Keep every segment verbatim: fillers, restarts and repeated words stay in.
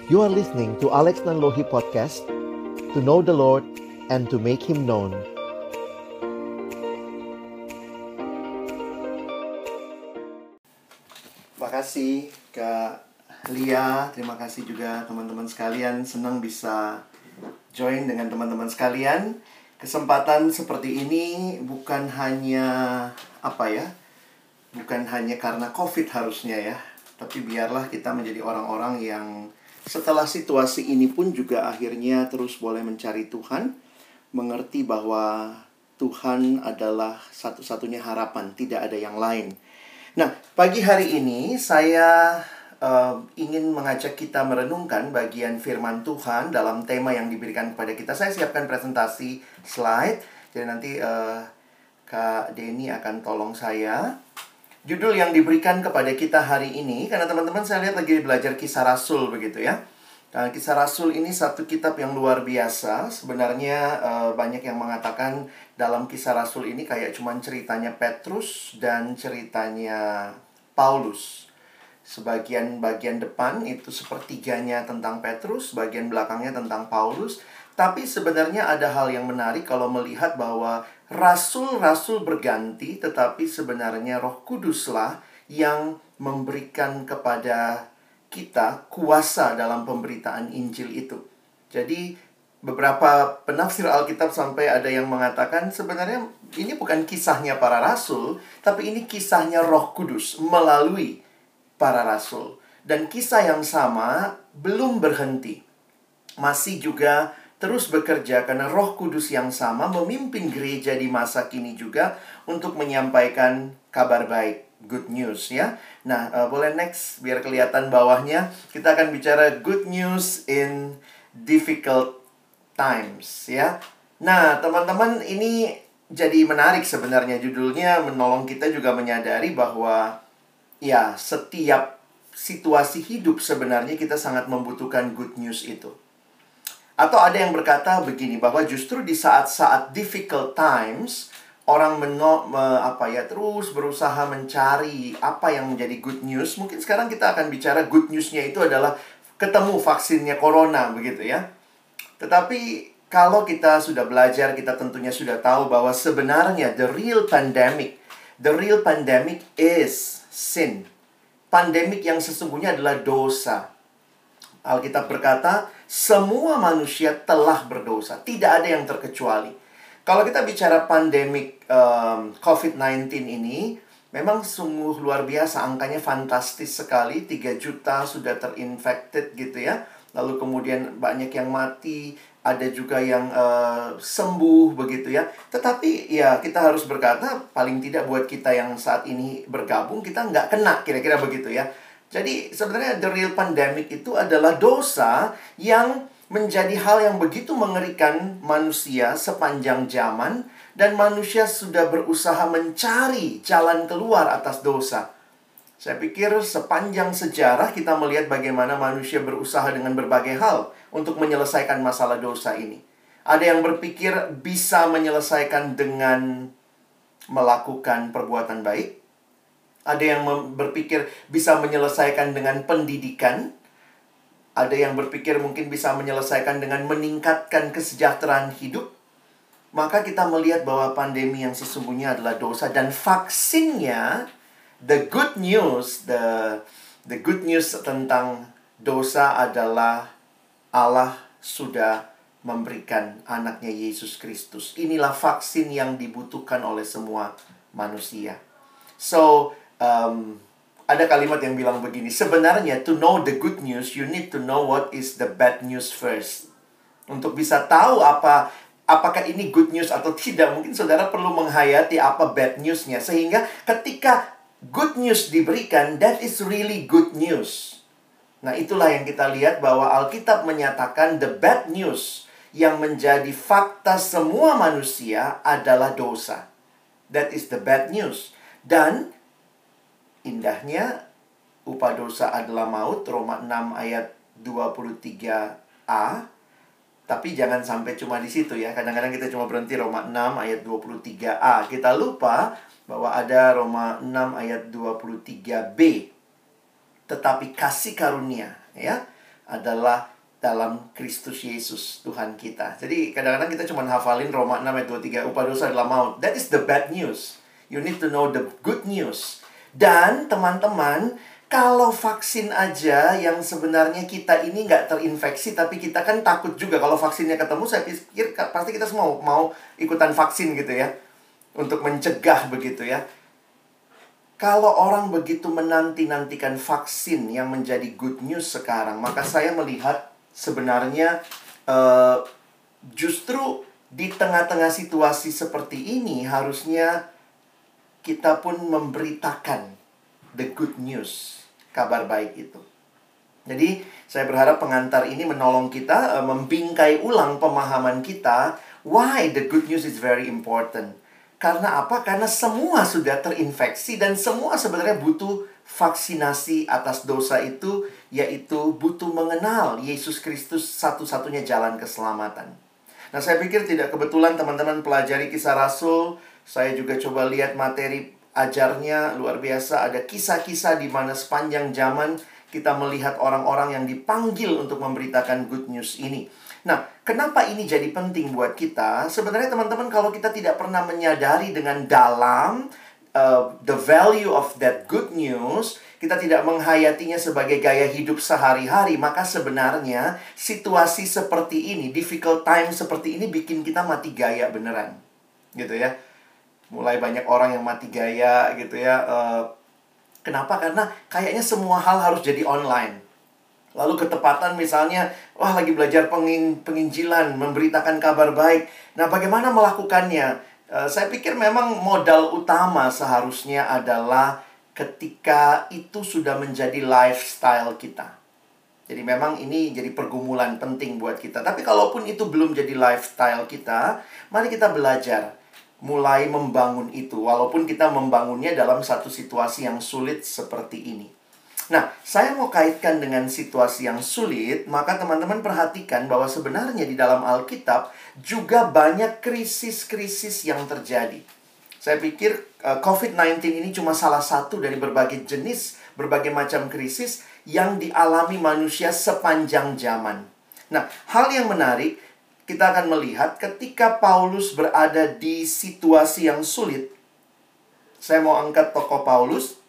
You are listening to Alex Nanlohi Podcast, to know the Lord and to make Him known. Terima kasih Kak Lia, terima kasih juga teman-teman sekalian. Senang bisa join dengan teman-teman sekalian. Kesempatan seperti ini bukan hanya apa ya, bukan hanya karena COVID harusnya ya, tapi biarlah kita menjadi orang-orang yang setelah situasi ini pun juga akhirnya terus boleh mencari Tuhan, mengerti bahwa Tuhan adalah satu-satunya harapan, tidak ada yang lain. Nah, pagi hari ini saya uh, ingin mengajak kita merenungkan bagian firman Tuhan dalam tema yang diberikan kepada kita. Saya siapkan presentasi slide, jadi nanti uh, Kak Denny akan tolong saya. Judul yang diberikan kepada kita hari ini, karena teman-teman saya lihat lagi belajar Kisah Rasul begitu ya. Nah, Kisah Rasul ini satu kitab yang luar biasa. Sebenarnya uh, banyak yang mengatakan dalam Kisah Rasul ini kayak cuman ceritanya Petrus dan ceritanya Paulus. Sebagian bagian depan itu sepertiganya tentang Petrus, bagian belakangnya tentang Paulus. Tapi sebenarnya ada hal yang menarik kalau melihat bahwa rasul-rasul berganti, tetapi sebenarnya Roh Kuduslah yang memberikan kepada kita kuasa dalam pemberitaan Injil itu. Jadi beberapa penafsir Alkitab sampai ada yang mengatakan sebenarnya ini bukan kisahnya para rasul, tapi ini kisahnya Roh Kudus melalui para rasul. Dan kisah yang sama belum berhenti, masih juga terus bekerja karena Roh Kudus yang sama memimpin gereja di masa kini juga untuk menyampaikan kabar baik, good news ya. Nah, uh, boleh next biar kelihatan bawahnya. Kita akan bicara good news in difficult times ya. Nah, teman-teman, ini jadi menarik sebenarnya. Judulnya menolong kita juga menyadari bahwa ya, setiap situasi hidup sebenarnya kita sangat membutuhkan good news itu. Atau ada yang berkata begini, bahwa justru di saat-saat difficult times, orang meno, me, apa ya, terus berusaha mencari apa yang menjadi good news. Mungkin sekarang kita akan bicara good news-nya itu adalah ketemu vaksinnya corona, begitu ya. Tetapi kalau kita sudah belajar, kita tentunya sudah tahu bahwa sebenarnya the real pandemic, the real pandemic is sin. Pandemik yang sesungguhnya adalah dosa. Alkitab berkata, semua manusia telah berdosa. Tidak ada yang terkecuali. Kalau kita bicara pandemik um, covid sembilan belas ini, memang sungguh luar biasa. Angkanya fantastis sekali. tiga juta sudah terinfected gitu ya. Lalu kemudian banyak yang mati. Ada juga yang uh, sembuh begitu ya. Tetapi ya kita harus berkata, paling tidak buat kita yang saat ini bergabung, kita nggak kena, kira-kira begitu ya. Jadi sebenarnya the real pandemic itu adalah dosa yang menjadi hal yang begitu mengerikan manusia sepanjang zaman. Dan manusia sudah berusaha mencari jalan keluar atas dosa. Saya pikir sepanjang sejarah kita melihat bagaimana manusia berusaha dengan berbagai hal untuk menyelesaikan masalah dosa ini. Ada yang berpikir bisa menyelesaikan dengan melakukan perbuatan baik. Ada yang berpikir bisa menyelesaikan dengan pendidikan. Ada yang berpikir mungkin bisa menyelesaikan dengan meningkatkan kesejahteraan hidup. Maka kita melihat bahwa pandemi yang sesungguhnya adalah dosa. Dan vaksinnya, the good news, the, the good news tentang dosa adalah Allah sudah memberikan anaknya Yesus Kristus. Inilah vaksin yang dibutuhkan oleh semua manusia. So, Um, ada kalimat yang bilang begini, sebenarnya to know the good news, you need to know what is the bad news first. Untuk bisa tahu apa apakah ini good news atau tidak, mungkin saudara perlu menghayati apa bad newsnya. Sehingga ketika good news diberikan, that is really good news. Nah, itulah yang kita lihat bahwa Alkitab menyatakan the bad news yang menjadi fakta semua manusia adalah dosa. That is the bad news. Dan indahnya, upah dosa adalah maut, Roma enam ayat dua puluh tiga a. Tapi jangan sampai cuma di situ ya. Kadang-kadang kita cuma berhenti Roma enam ayat dua puluh tiga a. Kita lupa bahwa ada Roma enam ayat dua puluh tiga b. Tetapi kasih karunia, ya. adalah dalam Kristus Yesus Tuhan kita. Jadi kadang-kadang kita cuma hafalin Roma enam ayat dua puluh tiga, upah dosa adalah maut. That is the bad news. You need to know the good news. Dan teman-teman, kalau vaksin aja yang sebenarnya kita ini nggak terinfeksi, tapi kita kan takut juga kalau vaksinnya ketemu, saya pikir pasti kita semua mau ikutan vaksin gitu ya. Untuk mencegah begitu ya. Kalau orang begitu menanti-nantikan vaksin yang menjadi good news sekarang, maka saya melihat sebenarnya uh, justru di tengah-tengah situasi seperti ini harusnya kita pun memberitakan the good news, kabar baik itu. Jadi saya berharap pengantar ini menolong kita uh, membingkai ulang pemahaman kita why the good news is very important. Karena apa? Karena semua sudah terinfeksi dan semua sebenarnya butuh vaksinasi atas dosa itu, yaitu butuh mengenal Yesus Kristus satu-satunya jalan keselamatan. Nah, saya pikir tidak kebetulan teman-teman pelajari Kisah Rasul. Saya juga coba lihat materi ajarnya, luar biasa. Ada kisah-kisah di mana sepanjang zaman kita melihat orang-orang yang dipanggil untuk memberitakan good news ini. Nah, kenapa ini jadi penting buat kita? Sebenarnya teman-teman, kalau kita tidak pernah menyadari dengan dalam uh, the value of that good news, kita tidak menghayatinya sebagai gaya hidup sehari-hari, maka sebenarnya situasi seperti ini, difficult time seperti ini bikin kita mati gaya beneran. Gitu ya. Mulai banyak orang yang mati gaya gitu ya. Uh, kenapa? Karena kayaknya semua hal harus jadi online. Lalu ketepatan misalnya, wah lagi belajar pengin, penginjilan, memberitakan kabar baik. Nah, bagaimana melakukannya? Uh, saya pikir memang modal utama seharusnya adalah ketika itu sudah menjadi lifestyle kita. Jadi memang ini jadi pergumulan penting buat kita. Tapi kalaupun itu belum jadi lifestyle kita, mari kita belajar mulai membangun itu. Walaupun kita membangunnya dalam satu situasi yang sulit seperti ini. Nah, saya mau kaitkan dengan situasi yang sulit, maka teman-teman perhatikan bahwa sebenarnya di dalam Alkitab juga banyak krisis-krisis yang terjadi. Saya pikir uh, covid sembilan belas ini cuma salah satu dari berbagai jenis, berbagai macam krisis yang dialami manusia sepanjang zaman. Nah, hal yang menarik, kita akan melihat ketika Paulus berada di situasi yang sulit. Saya mau angkat tokoh Paulus.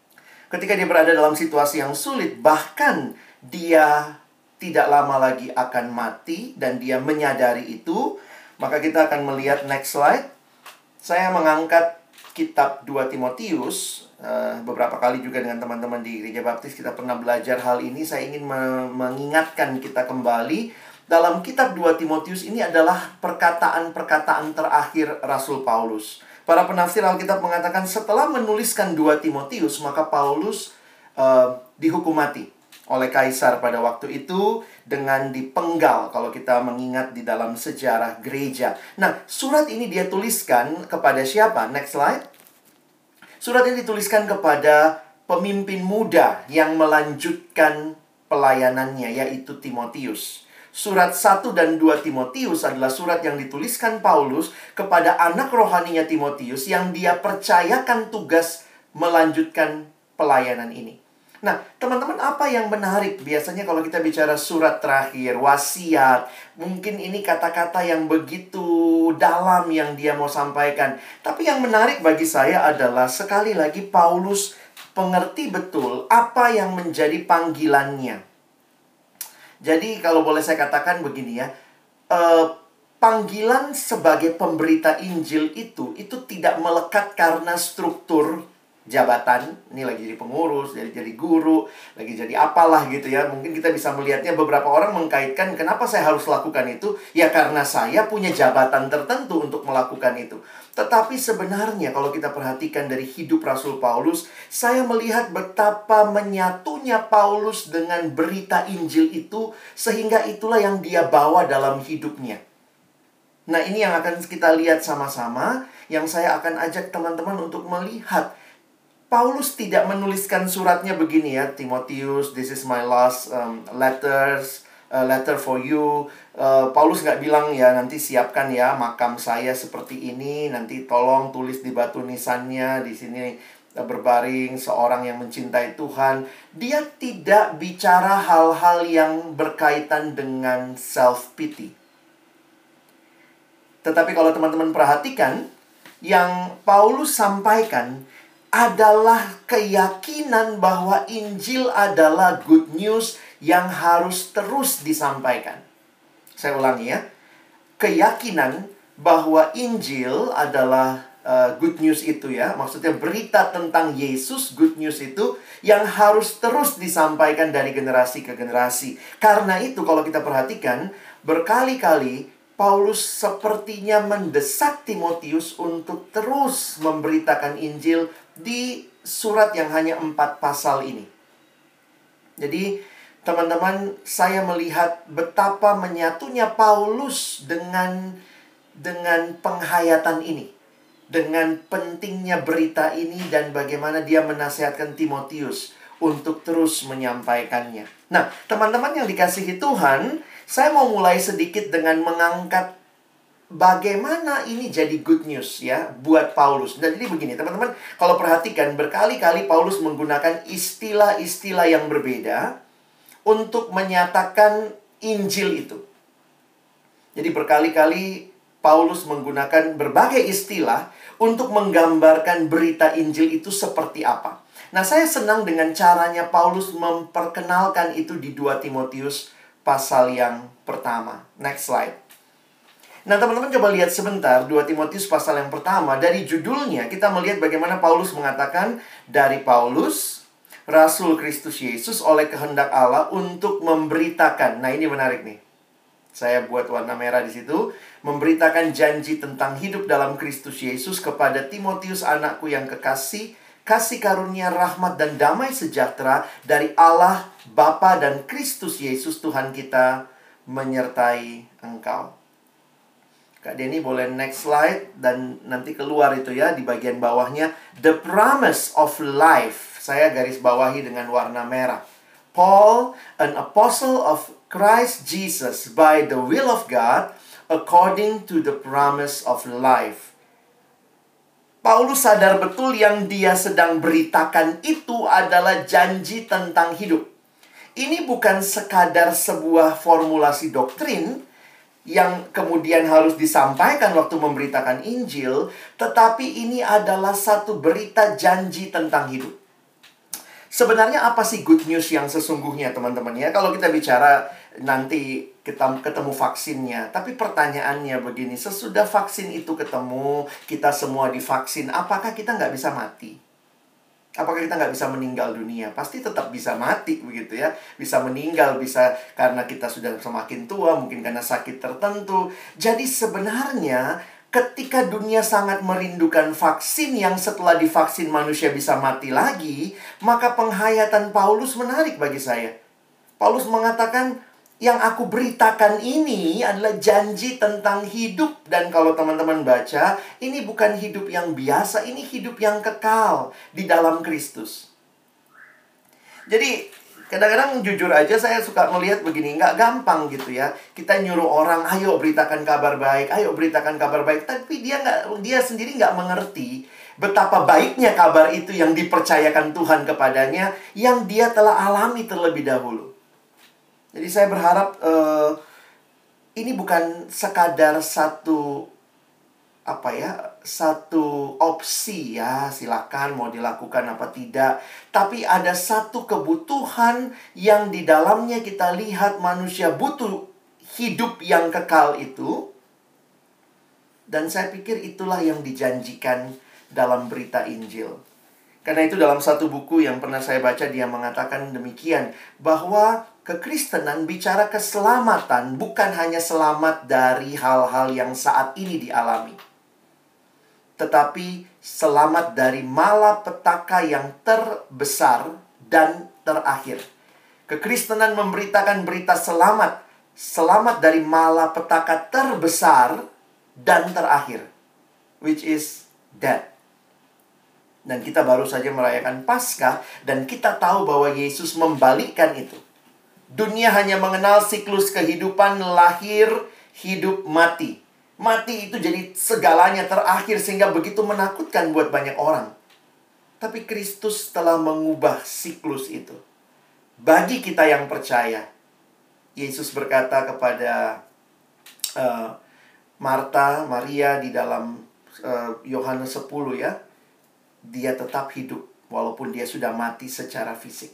Ketika dia berada dalam situasi yang sulit, bahkan dia tidak lama lagi akan mati dan dia menyadari itu, maka kita akan melihat next slide. Saya mengangkat kitab dua Timotius. Uh, beberapa kali juga dengan teman-teman di Gereja Baptis kita pernah belajar hal ini. Saya ingin me- mengingatkan kita kembali. Dalam kitab dua Timotius ini adalah perkataan-perkataan terakhir Rasul Paulus. Para penafsir Alkitab mengatakan setelah menuliskan dua Timotius, maka Paulus uh, dihukum mati oleh kaisar pada waktu itu dengan dipenggal kalau kita mengingat di dalam sejarah gereja. Nah, surat ini dia tuliskan kepada siapa? Next slide. Surat ini dituliskan kepada pemimpin muda yang melanjutkan pelayanannya, yaitu Timotius. Surat satu dan dua Timotius adalah surat yang dituliskan Paulus kepada anak rohaninya Timotius yang dia percayakan tugas melanjutkan pelayanan ini. Nah, teman-teman, apa yang menarik biasanya kalau kita bicara surat terakhir, wasiat, mungkin ini kata-kata yang begitu dalam yang dia mau sampaikan. Tapi yang menarik bagi saya adalah sekali lagi Paulus mengerti betul apa yang menjadi panggilannya. Jadi kalau boleh saya katakan begini ya, eh, panggilan sebagai pemberita Injil itu, itu tidak melekat karena struktur jabatan. Ini lagi jadi pengurus, jadi jadi guru, lagi jadi apalah gitu ya. Mungkin kita bisa melihatnya, beberapa orang mengkaitkan kenapa saya harus lakukan itu. Ya karena saya punya jabatan tertentu untuk melakukan itu. Tetapi sebenarnya kalau kita perhatikan dari hidup Rasul Paulus, saya melihat betapa menyatunya Paulus dengan berita Injil itu, sehingga itulah yang dia bawa dalam hidupnya. Nah, ini yang akan kita lihat sama-sama, yang saya akan ajak teman-teman untuk melihat. Paulus tidak menuliskan suratnya begini ya, Timotius, this is my last um, letters, uh, letter for you. Uh, Paulus nggak bilang ya, nanti siapkan ya makam saya seperti ini, nanti tolong tulis di batu nisannya di sini berbaring, seorang yang mencintai Tuhan. Dia tidak bicara hal-hal yang berkaitan dengan self-pity. Tetapi kalau teman-teman perhatikan, yang Paulus sampaikan adalah keyakinan bahwa Injil adalah good news yang harus terus disampaikan. Saya ulangi ya. Keyakinan bahwa Injil adalah uh, good news itu ya. Maksudnya berita tentang Yesus, good news itu yang harus terus disampaikan dari generasi ke generasi. Karena itu kalau kita perhatikan, berkali-kali Paulus sepertinya mendesak Timotius untuk terus memberitakan Injil di surat yang hanya empat pasal ini. Jadi, teman-teman, saya melihat betapa menyatunya Paulus dengan dengan penghayatan ini, dengan pentingnya berita ini dan bagaimana dia menasihatkan Timotius untuk terus menyampaikannya. Nah, teman-teman yang dikasihi Tuhan, saya mau mulai sedikit dengan mengangkat bagaimana ini jadi good news ya buat Paulus. Dan jadi begini, teman-teman, kalau perhatikan berkali-kali Paulus menggunakan istilah-istilah yang berbeda untuk menyatakan Injil itu. Jadi berkali-kali Paulus menggunakan berbagai istilah untuk menggambarkan berita Injil itu seperti apa. Nah, saya senang dengan caranya Paulus memperkenalkan itu di dua Timotius pasal yang pertama. Next slide. Nah, teman-teman coba lihat sebentar dua Timotius pasal yang pertama. Dari judulnya kita melihat bagaimana Paulus mengatakan, dari Paulus, Rasul Kristus Yesus oleh kehendak Allah untuk memberitakan. Nah, ini menarik nih. Saya buat warna merah di situ. Memberitakan janji tentang hidup dalam Kristus Yesus kepada Timotius anakku yang kekasih, kasih karunia, rahmat, dan damai sejahtera dari Allah, Bapa dan Kristus Yesus Tuhan kita menyertai engkau. Kak Denny boleh next slide dan nanti keluar itu ya di bagian bawahnya. The promise of life. Saya garis bawahi dengan warna merah. Paul, an apostle of Christ Jesus by the will of God, according to the promise of life. Paulus sadar betul yang dia sedang beritakan itu adalah janji tentang hidup. Ini bukan sekadar sebuah formulasi doktrin yang kemudian harus disampaikan waktu memberitakan Injil, tetapi ini adalah satu berita janji tentang hidup. Sebenarnya apa sih good news yang sesungguhnya, teman-teman ya? Kalau kita bicara nanti kita ketemu vaksinnya, tapi pertanyaannya begini, sesudah vaksin itu ketemu, kita semua divaksin, apakah kita nggak bisa mati? Apakah kita nggak bisa meninggal dunia? Pasti tetap bisa mati begitu ya. Bisa meninggal, bisa karena kita sudah semakin tua, mungkin karena sakit tertentu. Jadi sebenarnya ketika dunia sangat merindukan vaksin yang setelah divaksin manusia bisa mati lagi, maka penghayatan Paulus menarik bagi saya. Paulus mengatakan, yang aku beritakan ini adalah janji tentang hidup. Dan kalau teman-teman baca, ini bukan hidup yang biasa, ini hidup yang kekal di dalam Kristus. Jadi, kadang-kadang jujur aja saya suka melihat begini, nggak gampang gitu ya. Kita nyuruh orang, ayo beritakan kabar baik, ayo beritakan kabar baik. Tapi dia nggak, dia sendiri nggak mengerti betapa baiknya kabar itu yang dipercayakan Tuhan kepadanya, yang dia telah alami terlebih dahulu. Jadi saya berharap uh, ini bukan sekadar satu apa ya, satu opsi ya, silakan mau dilakukan apa tidak, tapi ada satu kebutuhan yang di dalamnya kita lihat manusia butuh hidup yang kekal itu. Dan saya pikir itulah yang dijanjikan dalam berita Injil. Karena itu dalam satu buku yang pernah saya baca, dia mengatakan demikian, bahwa kekristenan bicara keselamatan, bukan hanya selamat dari hal-hal yang saat ini dialami, tetapi selamat dari malapetaka yang terbesar dan terakhir. Kekristenan memberitakan berita selamat, selamat dari malapetaka terbesar dan terakhir, which is death. Dan kita baru saja merayakan Paskah, dan kita tahu bahwa Yesus membalikkan itu. Dunia hanya mengenal siklus kehidupan lahir, hidup, mati. Mati itu jadi segalanya terakhir, sehingga begitu menakutkan buat banyak orang. Tapi Kristus telah mengubah siklus itu. Bagi kita yang percaya, Yesus berkata kepada uh, Marta, Maria di dalam uh, Yohanes sepuluh ya, dia tetap hidup walaupun dia sudah mati secara fisik.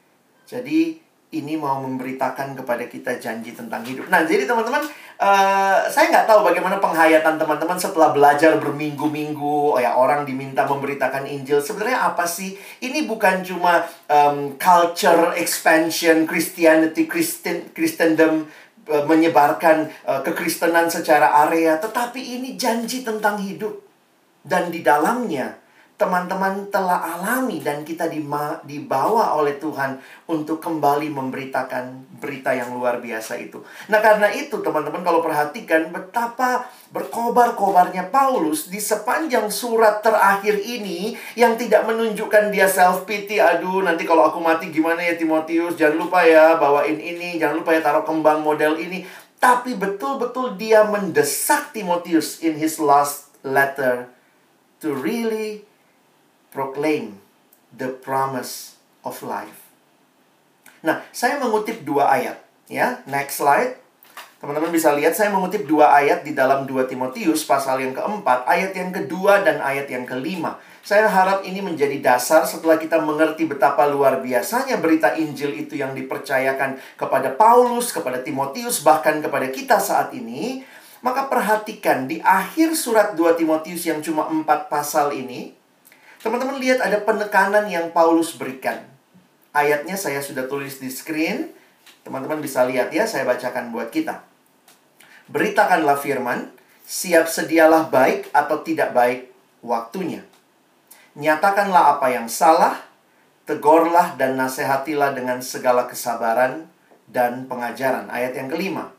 Jadi ini mau memberitakan kepada kita janji tentang hidup. Nah, jadi teman-teman, uh, saya nggak tahu bagaimana penghayatan teman-teman setelah belajar berminggu-minggu. Oh ya, orang diminta memberitakan Injil. Sebenarnya apa sih? Ini bukan cuma um, culture expansion, Christianity, Christian, Christendom, uh, menyebarkan uh, kekristenan secara area. Tetapi ini janji tentang hidup. Dan di dalamnya teman-teman telah alami dan kita dibawa oleh Tuhan untuk kembali memberitakan berita yang luar biasa itu. Nah, karena itu teman-teman kalau perhatikan betapa berkobar-kobarnya Paulus di sepanjang surat terakhir ini yang tidak menunjukkan dia self-pity. Aduh, nanti kalau aku mati gimana ya Timotius? Jangan lupa ya bawain ini, jangan lupa ya taruh kembang model ini. Tapi betul-betul dia mendesak Timotius in his last letter to really proclaim the promise of life. Nah, saya mengutip dua ayat ya. Next slide. Teman-teman bisa lihat saya mengutip dua ayat di dalam dua Timotius pasal yang keempat, ayat yang kedua dan ayat yang kelima. Saya harap ini menjadi dasar setelah kita mengerti betapa luar biasanya berita Injil itu yang dipercayakan kepada Paulus, kepada Timotius, bahkan kepada kita saat ini. Maka perhatikan di akhir surat dua Timotius yang cuma empat pasal ini, teman-teman lihat ada penekanan yang Paulus berikan. Ayatnya saya sudah tulis di screen. Teman-teman bisa lihat ya, saya bacakan buat kita. Beritakanlah firman, siap sedialah baik atau tidak baik waktunya. Nyatakanlah apa yang salah, tegurlah dan nasihatilah dengan segala kesabaran dan pengajaran. Ayat yang kelima.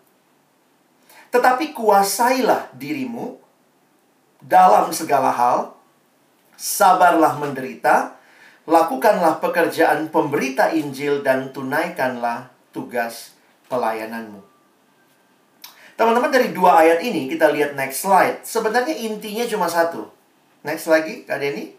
Tetapi kuasailah dirimu dalam segala hal, sabarlah menderita, lakukanlah pekerjaan pemberita Injil dan tunaikanlah tugas pelayananmu. Teman-teman, dari dua ayat ini kita lihat next slide. Sebenarnya intinya cuma satu. Next lagi, Kak Denny.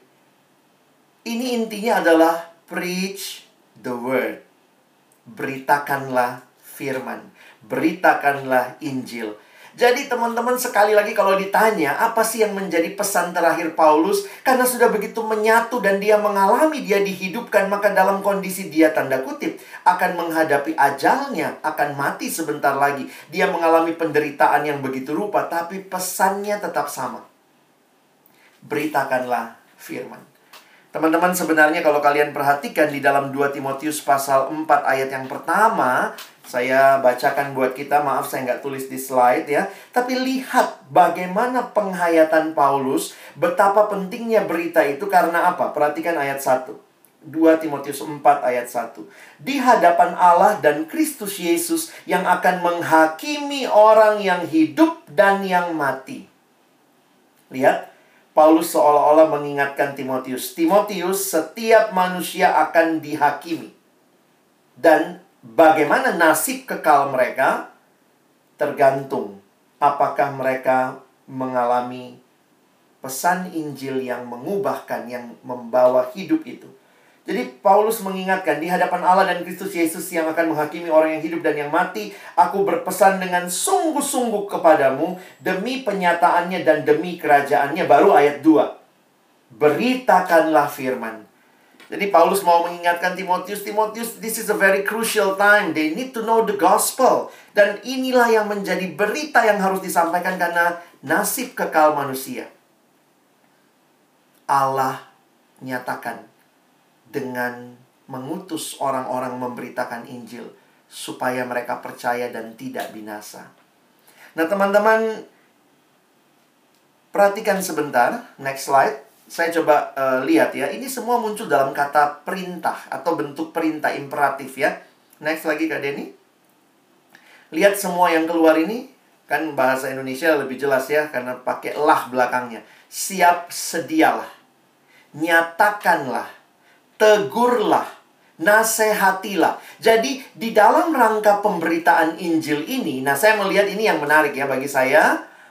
Ini intinya adalah preach the word. Beritakanlah firman. Beritakanlah Injil. Jadi teman-teman sekali lagi kalau ditanya apa sih yang menjadi pesan terakhir Paulus, karena sudah begitu menyatu dan dia mengalami, dia dihidupkan, maka dalam kondisi dia tanda kutip akan menghadapi ajalnya, akan mati sebentar lagi. Dia mengalami penderitaan yang begitu rupa, tapi pesannya tetap sama. Beritakanlah firman. Teman-teman, sebenarnya kalau kalian perhatikan di dalam dua Timotius pasal empat ayat yang pertama, saya bacakan buat kita, maaf saya nggak tulis di slide ya. Tapi lihat bagaimana penghayatan Paulus, betapa pentingnya berita itu karena apa? Perhatikan ayat satu. dua Timotius empat ayat satu. Di hadapan Allah dan Kristus Yesus yang akan menghakimi orang yang hidup dan yang mati. Lihat, Paulus seolah-olah mengingatkan Timotius. Timotius, setiap manusia akan dihakimi. Dan bagaimana nasib kekal mereka tergantung apakah mereka mengalami pesan Injil yang mengubahkan, yang membawa hidup itu. Jadi Paulus mengingatkan di hadapan Allah dan Kristus Yesus yang akan menghakimi orang yang hidup dan yang mati, aku berpesan dengan sungguh-sungguh kepadamu demi penyataannya dan demi kerajaannya. Baru ayat dua. Beritakanlah firman. Jadi Paulus mau mengingatkan Timotius, Timotius, this is a very crucial time. They need to know the gospel. Dan inilah yang menjadi berita yang harus disampaikan karena nasib kekal manusia. Allah nyatakan dengan mengutus orang-orang memberitakan Injil supaya mereka percaya dan tidak binasa. Nah, teman-teman, perhatikan sebentar, next slide. Saya coba uh, lihat ya. Ini semua muncul dalam kata perintah atau bentuk perintah imperatif ya. Next lagi Kak Denny. Lihat semua yang keluar ini, kan bahasa Indonesia lebih jelas ya karena pakai lah belakangnya. Siap sedialah. Nyatakanlah. Tegurlah. Nasehatilah. Jadi di dalam rangka pemberitaan Injil ini, nah saya melihat ini yang menarik ya bagi saya.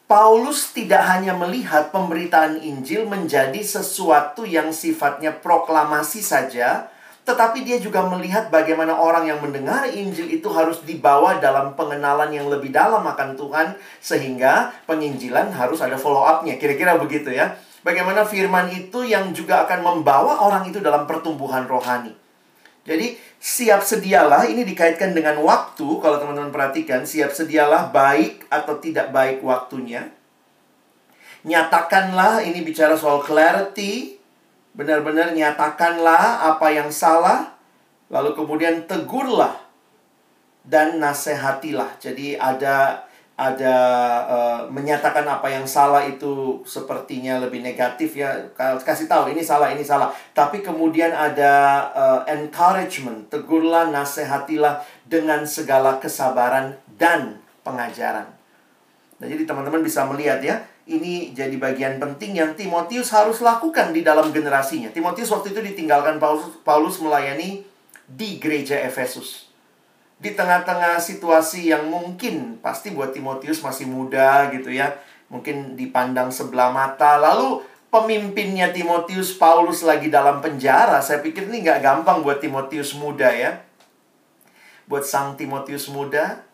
Paulus tidak hanya melihat pemberitaan Injil menjadi sesuatu yang sifatnya proklamasi saja, tetapi dia juga melihat bagaimana orang yang mendengar Injil itu harus dibawa dalam pengenalan yang lebih dalam akan Tuhan, sehingga penginjilan harus ada follow up-nya. Kira-kira begitu ya. Bagaimana firman itu yang juga akan membawa orang itu dalam pertumbuhan rohani. Jadi, siap sedialah, ini dikaitkan dengan waktu. Kalau teman-teman perhatikan, siap sedialah baik atau tidak baik waktunya. Nyatakanlah, ini bicara soal clarity. Benar-benar nyatakanlah apa yang salah. Lalu kemudian tegurlah dan nasihatilah. Jadi ada ada uh, menyatakan apa yang salah itu sepertinya lebih negatif ya. Kasih tahu ini salah, ini salah. Tapi kemudian ada uh, encouragement, tegurlah, nasihatilah dengan segala kesabaran dan pengajaran. Nah, jadi teman-teman bisa melihat ya, ini jadi bagian penting yang Timotius harus lakukan di dalam generasinya. Timotius waktu itu ditinggalkan Paulus, Paulus melayani di gereja Efesus. Di tengah-tengah situasi yang mungkin pasti buat Timotius masih muda gitu ya, mungkin dipandang sebelah mata. Lalu pemimpinnya Timotius, Paulus lagi dalam penjara. Saya pikir ini nggak gampang buat Timotius muda ya. Buat sang Timotius muda,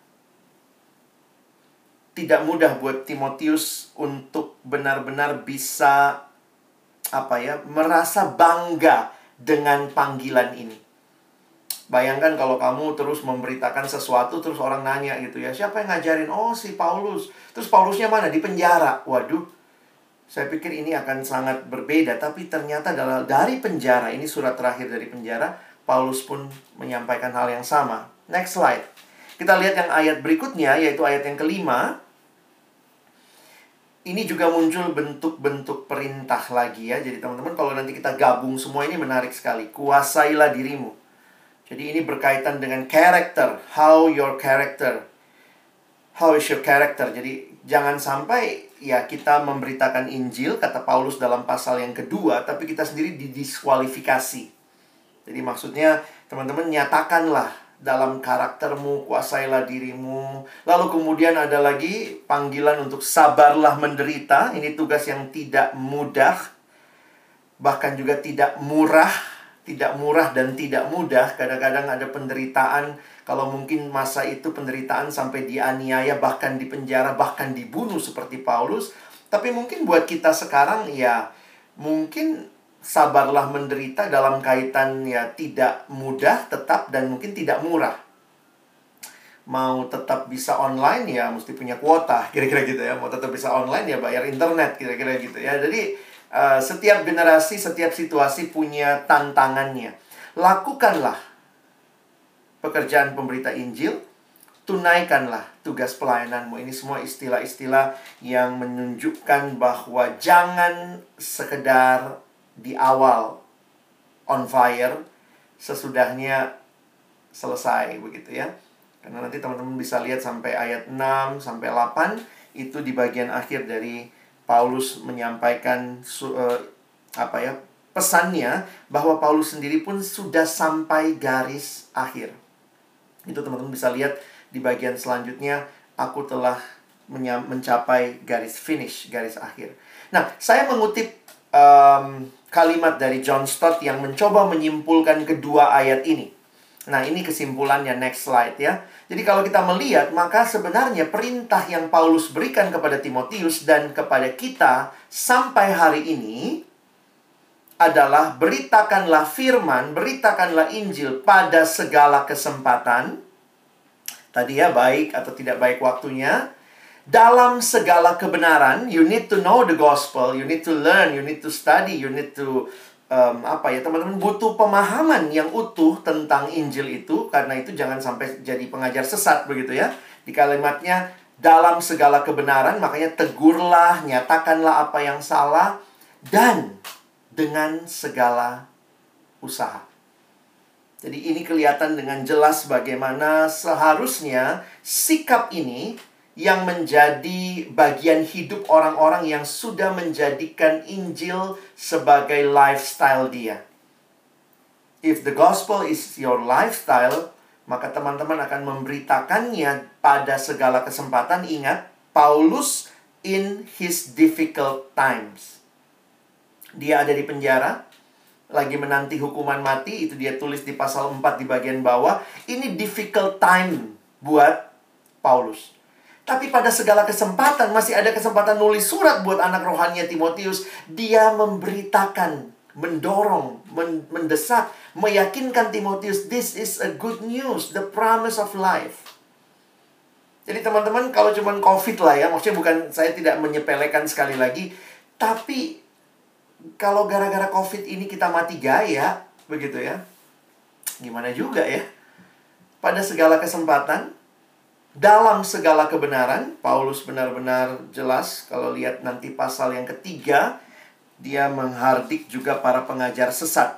tidak mudah buat Timotius untuk benar-benar bisa apa ya, merasa bangga dengan panggilan ini. Bayangkan kalau kamu terus memberitakan sesuatu, terus orang nanya gitu ya, siapa yang ngajarin? Oh, si Paulus. Terus Paulusnya mana? Di penjara. Waduh, saya pikir ini akan sangat berbeda. Tapi ternyata dari penjara, ini surat terakhir dari penjara, Paulus pun menyampaikan hal yang sama. Next slide. Kita lihat yang ayat berikutnya, yaitu ayat yang kelima. Ini juga muncul bentuk-bentuk perintah lagi ya. Jadi teman-teman, kalau nanti kita gabung semua ini menarik sekali. Kuasailah dirimu. Jadi ini berkaitan dengan character. How your character. How is your character. Jadi jangan sampai ya kita memberitakan Injil, kata Paulus dalam pasal yang kedua, tapi kita sendiri didiskualifikasi. Jadi maksudnya teman-teman nyatakanlah dalam karaktermu, kuasailah dirimu. Lalu kemudian ada lagi panggilan untuk sabarlah menderita. Ini tugas yang tidak mudah, bahkan juga tidak murah. Tidak murah dan tidak mudah. Kadang-kadang ada penderitaan. Kalau mungkin masa itu penderitaan sampai dianiaya, bahkan dipenjara, bahkan dibunuh seperti Paulus. Tapi mungkin buat kita sekarang ya, mungkin sabarlah menderita dalam kaitan ya tidak mudah tetap dan mungkin tidak murah. Mau tetap bisa online ya mesti punya kuota, kira-kira gitu ya. Mau tetap bisa online ya bayar internet, kira-kira gitu ya. Jadi Uh, setiap generasi, setiap situasi punya tantangannya. Lakukanlah pekerjaan pemberita Injil, tunaikanlah tugas pelayananmu. Ini semua istilah-istilah yang menunjukkan bahwa jangan sekedar di awal on fire, sesudahnya selesai begitu ya. Karena nanti teman-teman bisa lihat sampai ayat enam sampai delapan itu di bagian akhir dari Paulus menyampaikan uh, apa ya, pesannya bahwa Paulus sendiri pun sudah sampai garis akhir. Itu teman-teman bisa lihat di bagian selanjutnya, aku telah mencapai garis finish, garis akhir. Nah, saya mengutip um, kalimat dari John Stott yang mencoba menyimpulkan kedua ayat ini. Nah, ini kesimpulannya, next slide ya. Jadi kalau kita melihat, maka sebenarnya perintah yang Paulus berikan kepada Timotius dan kepada kita sampai hari ini adalah beritakanlah firman, beritakanlah Injil pada segala kesempatan. Tadi ya, baik atau tidak baik waktunya. Dalam segala kebenaran, you need to know the gospel, you need to learn, you need to study, you need to Um, apa ya, teman-teman butuh pemahaman yang utuh tentang Injil itu. Karena itu jangan sampai jadi pengajar sesat begitu ya. Di kalimatnya dalam segala kebenaran, makanya tegurlah, nyatakanlah apa yang salah, dan dengan segala usaha. Jadi ini kelihatan dengan jelas bagaimana seharusnya sikap ini yang menjadi bagian hidup orang-orang yang sudah menjadikan Injil sebagai lifestyle dia. If the gospel is your lifestyle, maka teman-teman akan memberitakannya pada segala kesempatan. Ingat, Paulus in his difficult times. Dia ada di penjara, lagi menanti hukuman mati. Itu dia tulis di pasal empat di bagian bawah. Ini difficult time buat Paulus. Tapi pada segala kesempatan, masih ada kesempatan nulis surat buat anak rohaninya Timotius. Dia memberitakan, mendorong, mendesak, meyakinkan Timotius, this is a good news, the promise of life. Jadi teman-teman, kalau cuma COVID lah ya, maksudnya bukan, saya tidak menyepelekan sekali lagi, tapi kalau gara-gara COVID ini kita mati gaya, begitu ya, gimana juga ya? Pada segala kesempatan, dalam segala kebenaran, Paulus benar-benar jelas, kalau lihat nanti pasal yang ketiga, dia menghardik juga para pengajar sesat.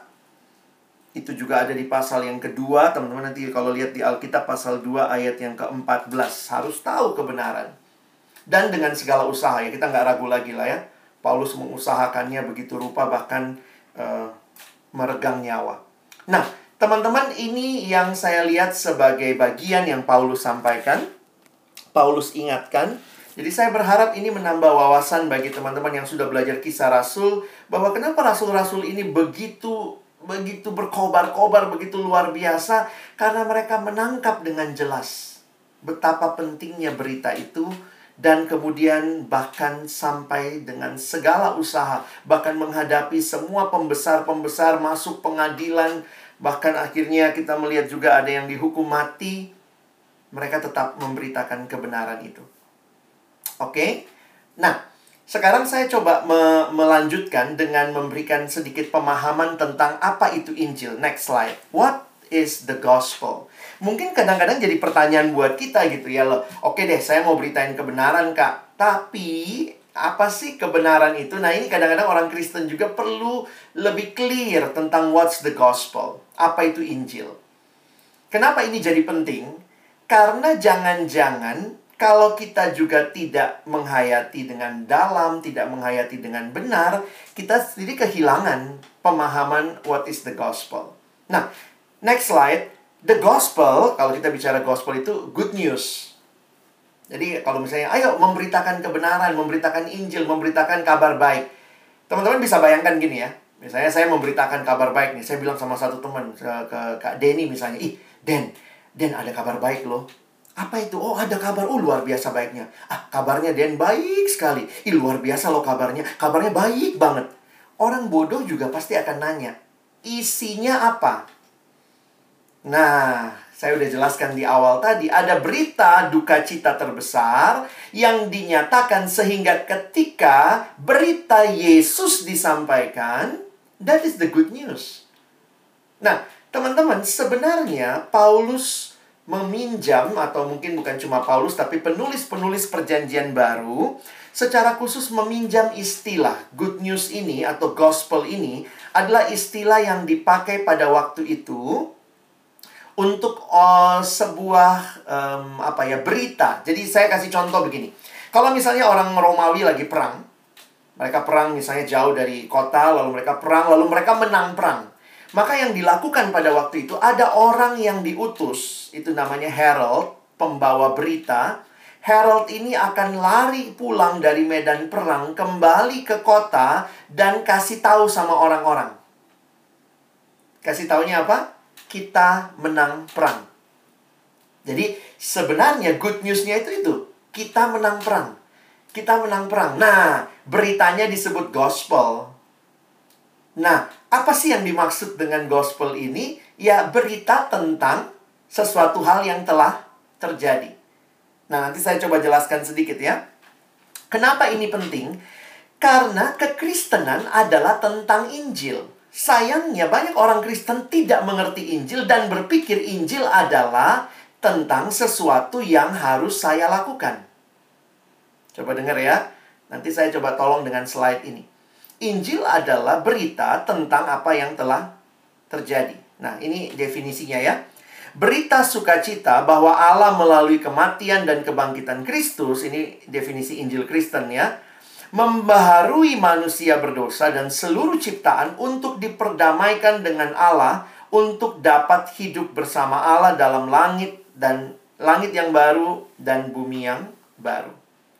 Itu juga ada di pasal yang kedua. Teman-teman nanti kalau lihat di Alkitab pasal dua ayat yang keempat belas. Harus tahu kebenaran. Dan dengan segala usaha ya. Kita nggak ragu lagi lah ya. Paulus mengusahakannya begitu rupa bahkan uh, meregang nyawa. Nah, teman-teman, ini yang saya lihat sebagai bagian yang Paulus sampaikan. Paulus ingatkan. Jadi saya berharap ini menambah wawasan bagi teman-teman yang sudah belajar kisah Rasul. Bahwa kenapa Rasul-Rasul ini begitu... begitu berkobar-kobar, begitu luar biasa, karena mereka menangkap dengan jelas betapa pentingnya berita itu, dan kemudian bahkan sampai dengan segala usaha, bahkan menghadapi semua pembesar-pembesar, masuk pengadilan, bahkan akhirnya kita melihat juga ada yang dihukum mati, mereka tetap memberitakan kebenaran itu. Oke? Nah, sekarang saya coba me melanjutkan dengan memberikan sedikit pemahaman tentang apa itu Injil. Next slide. What is the gospel? Mungkin kadang-kadang jadi pertanyaan buat kita gitu ya loh. Oke deh, saya mau beritain kebenaran, Kak. Tapi apa sih kebenaran itu? Nah, ini kadang-kadang orang Kristen juga perlu lebih clear tentang what's the gospel. Apa itu Injil? Kenapa ini jadi penting? Karena jangan-jangan kalau kita juga tidak menghayati dengan dalam, tidak menghayati dengan benar, kita sendiri kehilangan pemahaman what is the gospel. Nah, next slide. The gospel, kalau kita bicara gospel itu good news. Jadi kalau misalnya, ayo memberitakan kebenaran, memberitakan Injil, memberitakan kabar baik. Teman-teman bisa bayangkan gini ya. Misalnya saya memberitakan kabar baik nih. Saya bilang sama satu teman, ke, ke Kak Denny misalnya. Ih, Den, Den ada kabar baik loh. Apa itu? Oh, ada kabar. Oh, luar biasa baiknya. Ah, kabarnya Den baik sekali. Ih, luar biasa loh kabarnya. Kabarnya baik banget. Orang bodoh juga pasti akan nanya, isinya apa? Nah, saya udah jelaskan di awal tadi. Ada berita duka cita terbesar yang dinyatakan sehingga ketika berita Yesus disampaikan, that is the good news. Nah, teman-teman, sebenarnya Paulus meminjam, atau mungkin bukan cuma Paulus, tapi penulis-penulis perjanjian baru, secara khusus meminjam istilah good news ini atau gospel ini adalah istilah yang dipakai pada waktu itu untuk uh, sebuah um, apa ya berita. Jadi saya kasih contoh begini. Kalau misalnya orang Romawi lagi perang, mereka perang misalnya jauh dari kota, lalu mereka perang, lalu mereka menang perang. Maka yang dilakukan pada waktu itu, ada orang yang diutus, itu namanya herald, pembawa berita. Herald ini akan lari pulang dari medan perang, kembali ke kota, dan kasih tahu sama orang-orang. Kasih taunya apa? Kita menang perang. Jadi sebenarnya good news-nya itu itu. Kita menang perang. Kita menang perang. Nah, beritanya disebut gospel. Nah, apa sih yang dimaksud dengan gospel ini? Ya, berita tentang sesuatu hal yang telah terjadi. Nah, nanti saya coba jelaskan sedikit ya. Kenapa ini penting? Karena kekristenan adalah tentang Injil. Sayangnya banyak orang Kristen tidak mengerti Injil dan berpikir Injil adalah tentang sesuatu yang harus saya lakukan. Coba dengar ya. Nanti saya coba tolong dengan slide ini. Injil adalah berita tentang apa yang telah terjadi. Nah, ini definisinya ya. Berita sukacita bahwa Allah melalui kematian dan kebangkitan Kristus, ini definisi Injil Kristen ya, membaharui manusia berdosa dan seluruh ciptaan untuk diperdamaikan dengan Allah, untuk dapat hidup bersama Allah dalam langit dan langit yang baru dan bumi yang baru.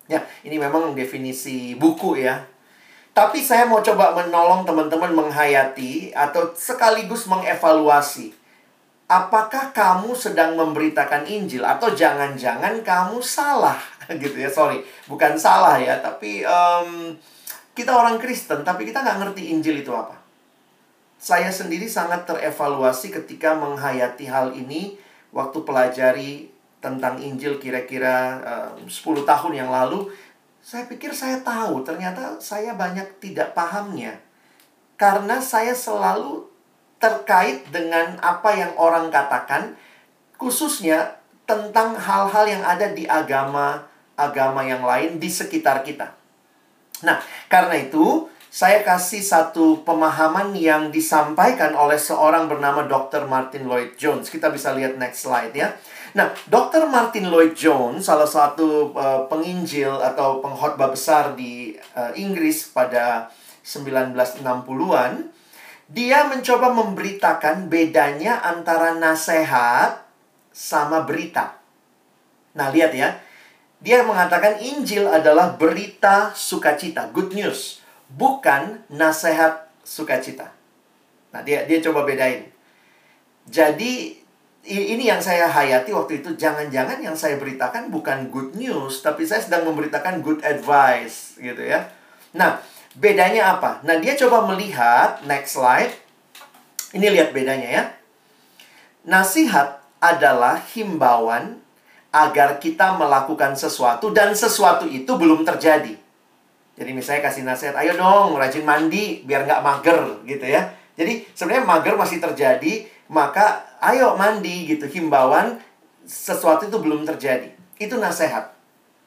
Ya, ini memang definisi buku ya. Tapi saya mau coba menolong teman-teman menghayati atau sekaligus mengevaluasi. Apakah kamu sedang memberitakan Injil atau jangan-jangan kamu salah gitu ya. Sorry, bukan salah ya, tapi um, kita orang Kristen tapi kita nggak ngerti Injil itu apa. Saya sendiri sangat terevaluasi ketika menghayati hal ini waktu pelajari tentang Injil kira-kira um, sepuluh tahun yang lalu. Saya pikir saya tahu, ternyata saya banyak tidak pahamnya. Karena saya selalu terkait dengan apa yang orang katakan, khususnya tentang hal-hal yang ada di agama-agama yang lain di sekitar kita. Nah, karena itu, saya kasih satu pemahaman yang disampaikan oleh seorang bernama dokter Martyn Lloyd-Jones. Kita bisa lihat next slide ya. Nah, dokter Martyn Lloyd-Jones, salah satu uh, penginjil atau pengkhotbah besar di uh, Inggris pada sembilan belas enam puluhan, dia mencoba memberitakan bedanya antara nasihat sama berita. Nah, lihat ya. Dia mengatakan Injil adalah berita sukacita, good news, bukan nasihat sukacita. Nah, dia dia coba bedain. Jadi ini yang saya hayati waktu itu, jangan-jangan yang saya beritakan bukan good news, tapi saya sedang memberitakan good advice, gitu ya. Nah, bedanya apa? Nah, dia coba melihat, next slide. Ini lihat bedanya ya. Nasihat adalah himbauan agar kita melakukan sesuatu, dan sesuatu itu belum terjadi. Jadi misalnya kasih nasihat, ayo dong rajin mandi biar nggak mager, gitu ya. Jadi sebenarnya mager masih terjadi, maka ayo mandi gitu, himbauan sesuatu itu belum terjadi. Itu nasihat.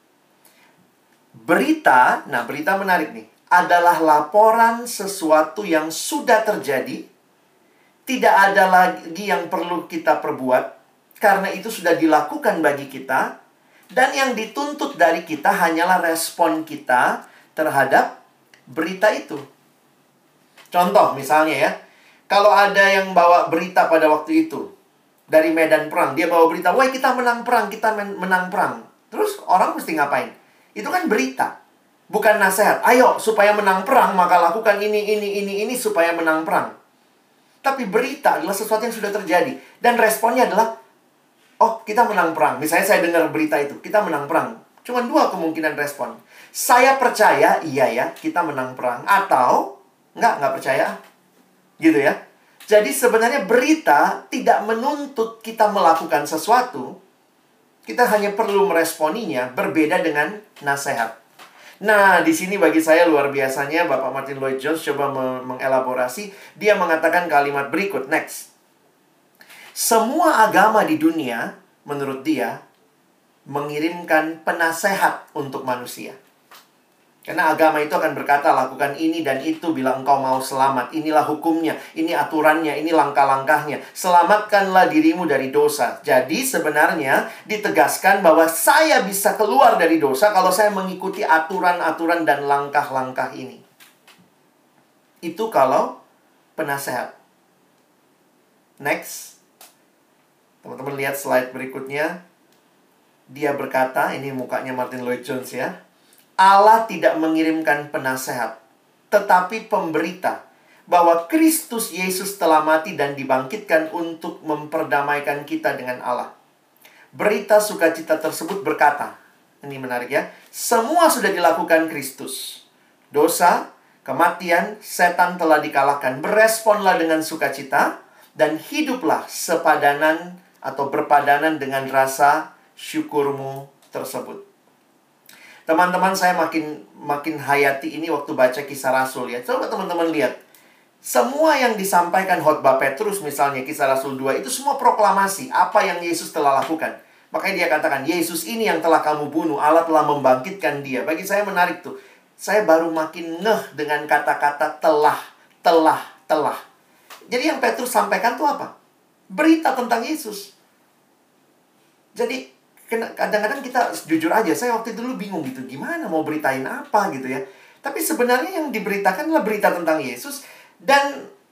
Berita, nah berita menarik nih, adalah laporan sesuatu yang sudah terjadi. Tidak ada lagi yang perlu kita perbuat, karena itu sudah dilakukan bagi kita. Dan yang dituntut dari kita hanyalah respon kita terhadap berita itu. Contoh misalnya ya, kalau ada yang bawa berita pada waktu itu dari medan perang, dia bawa berita, wah kita menang perang, kita men menang perang. Terus orang mesti ngapain? Itu kan berita, bukan nasihat. Ayo supaya menang perang maka lakukan ini, ini, ini, ini supaya menang perang. Tapi berita adalah sesuatu yang sudah terjadi. Dan responnya adalah, oh kita menang perang. Misalnya saya dengar berita itu, kita menang perang. Cuma dua kemungkinan respon. Saya percaya, iya ya, kita menang perang. Atau, enggak, enggak percaya. Gitu ya. Jadi sebenarnya berita tidak menuntut kita melakukan sesuatu. Kita hanya perlu meresponinya, berbeda dengan nasihat. Nah, di sini bagi saya luar biasanya Bapak Martyn Lloyd-Jones coba mengelaborasi. Dia mengatakan kalimat berikut, next. Semua agama di dunia, menurut dia, mengirimkan penasehat untuk manusia. Karena agama itu akan berkata, lakukan ini dan itu bila engkau mau selamat. Inilah hukumnya, ini aturannya, ini langkah-langkahnya. Selamatkanlah dirimu dari dosa. Jadi sebenarnya ditegaskan bahwa saya bisa keluar dari dosa kalau saya mengikuti aturan-aturan dan langkah-langkah ini. Itu kalau penasehat. Next. Teman-teman lihat slide berikutnya. Dia berkata, ini mukanya Martyn Lloyd-Jones ya. Allah tidak mengirimkan penasehat, tetapi pemberita bahwa Kristus Yesus telah mati dan dibangkitkan untuk memperdamaikan kita dengan Allah. Berita sukacita tersebut berkata, ini menarik ya, semua sudah dilakukan Kristus. Dosa, kematian, setan telah dikalahkan. Beresponlah dengan sukacita dan hiduplah sepadanan atau berpadanan dengan rasa syukurmu tersebut. Teman-teman, saya makin makin hayati ini waktu baca Kisah Rasul ya. Coba teman-teman lihat. Semua yang disampaikan khotbah Petrus misalnya Kisah Rasul dua itu semua proklamasi apa yang Yesus telah lakukan. Makanya dia katakan, Yesus ini yang telah kamu bunuh, Allah telah membangkitkan dia. Bagi saya menarik tuh. Saya baru makin ngeh dengan kata-kata telah, telah, telah. Jadi yang Petrus sampaikan tuh apa? Berita tentang Yesus. Jadi kadang-kadang kita jujur aja, saya waktu itu dulu bingung gitu, gimana mau beritain apa gitu ya. Tapi sebenarnya yang diberitakan adalah berita tentang Yesus. Dan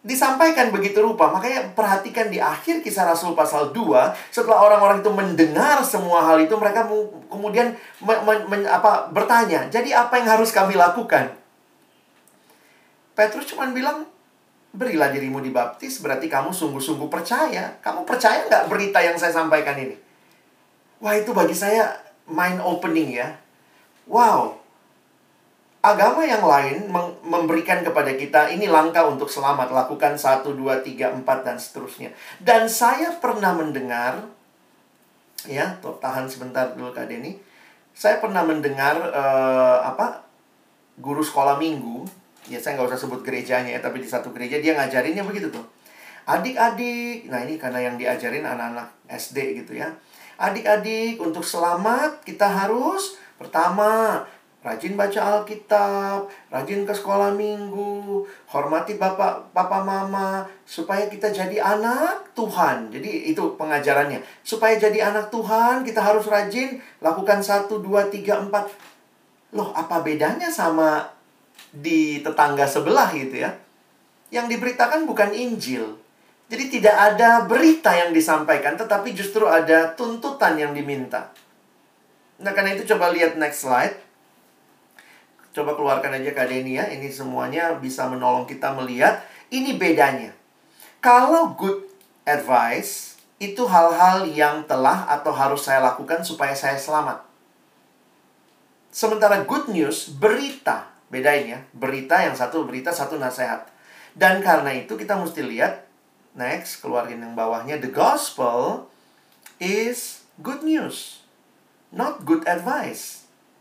disampaikan begitu rupa. Makanya perhatikan di akhir Kisah Rasul pasal dua, setelah orang-orang itu mendengar semua hal itu, mereka kemudian me, me, me, apa, bertanya, jadi apa yang harus kami lakukan? Petrus cuma bilang, berilah dirimu dibaptis, berarti kamu sungguh-sungguh percaya. Kamu percaya nggak berita yang saya sampaikan ini? Wah, itu bagi saya mind opening ya. Wow. Agama yang lain memberikan kepada kita, ini langkah untuk selamat. Lakukan satu, dua, tiga, empat, dan seterusnya. Dan saya pernah mendengar, ya, tuh, tahan sebentar dulu Kak Denny. Saya pernah mendengar, uh, apa, guru sekolah minggu, ya saya nggak usah sebut gerejanya ya, tapi di satu gereja dia ngajarinnya begitu tuh. Adik-adik, nah ini karena yang diajarin anak-anak S D gitu ya. Adik-adik, untuk selamat kita harus, pertama, rajin baca Alkitab, rajin ke sekolah minggu, hormati bapak, papa mama, supaya kita jadi anak Tuhan. Jadi itu pengajarannya. Supaya jadi anak Tuhan, kita harus rajin lakukan satu, dua, tiga, empat. Loh, apa bedanya sama di tetangga sebelah gitu ya? Yang diberitakan bukan Injil. Jadi tidak ada berita yang disampaikan, tetapi justru ada tuntutan yang diminta. Nah, karena itu coba lihat next slide. Coba keluarkan aja Kak Denny ya. Ini semuanya bisa menolong kita melihat. Ini bedanya. Kalau good advice, itu hal-hal yang telah atau harus saya lakukan supaya saya selamat. Sementara good news, berita. Bedain ya. Berita yang satu berita, satu nasihat. Dan karena itu kita mesti lihat. Next, keluarin yang bawahnya. The gospel is good news. Not good advice.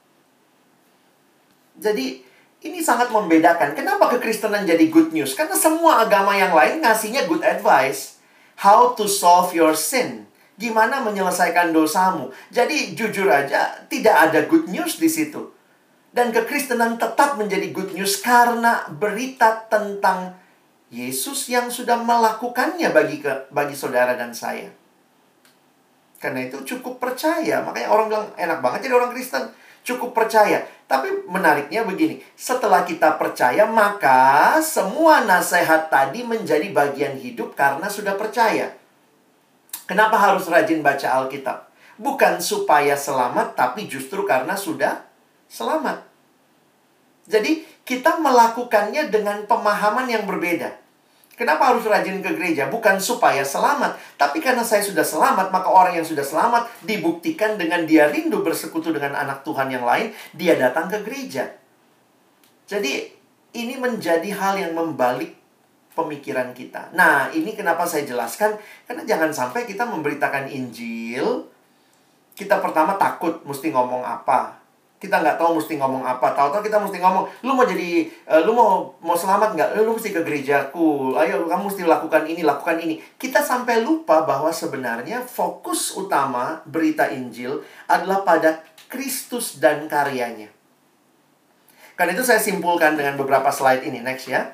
Jadi, ini sangat membedakan. Kenapa kekristenan jadi good news? Karena semua agama yang lain ngasihnya good advice. How to solve your sin. Gimana menyelesaikan dosamu. Jadi, jujur aja, tidak ada good news di situ. Dan kekristenan tetap menjadi good news karena berita tentang Yesus yang sudah melakukannya bagi ke, bagi saudara dan saya. Karena itu cukup percaya. Makanya orang bilang, enak banget jadi orang Kristen. Cukup percaya. Tapi menariknya begini, setelah kita percaya, maka semua nasihat tadi menjadi bagian hidup karena sudah percaya. Kenapa harus rajin baca Alkitab? Bukan supaya selamat, tapi justru karena sudah selamat. Jadi, kita melakukannya dengan pemahaman yang berbeda. Kenapa harus rajin ke gereja? Bukan supaya selamat, tapi karena saya sudah selamat, maka orang yang sudah selamat dibuktikan dengan dia rindu bersekutu dengan anak Tuhan yang lain, dia datang ke gereja. Jadi, ini menjadi hal yang membalik pemikiran kita. Nah, ini kenapa saya jelaskan, karena jangan sampai kita memberitakan Injil, kita pertama takut mesti ngomong apa. Kita nggak tahu mesti ngomong apa. Tahu-tahu kita mesti ngomong, lu mau jadi, uh, lu mau mau selamat nggak? Lu, lu mesti ke gerejaku. Ayo, kamu mesti lakukan ini, lakukan ini. Kita sampai lupa bahwa sebenarnya fokus utama berita Injil adalah pada Kristus dan karyanya. Karena itu saya simpulkan dengan beberapa slide ini. Next ya.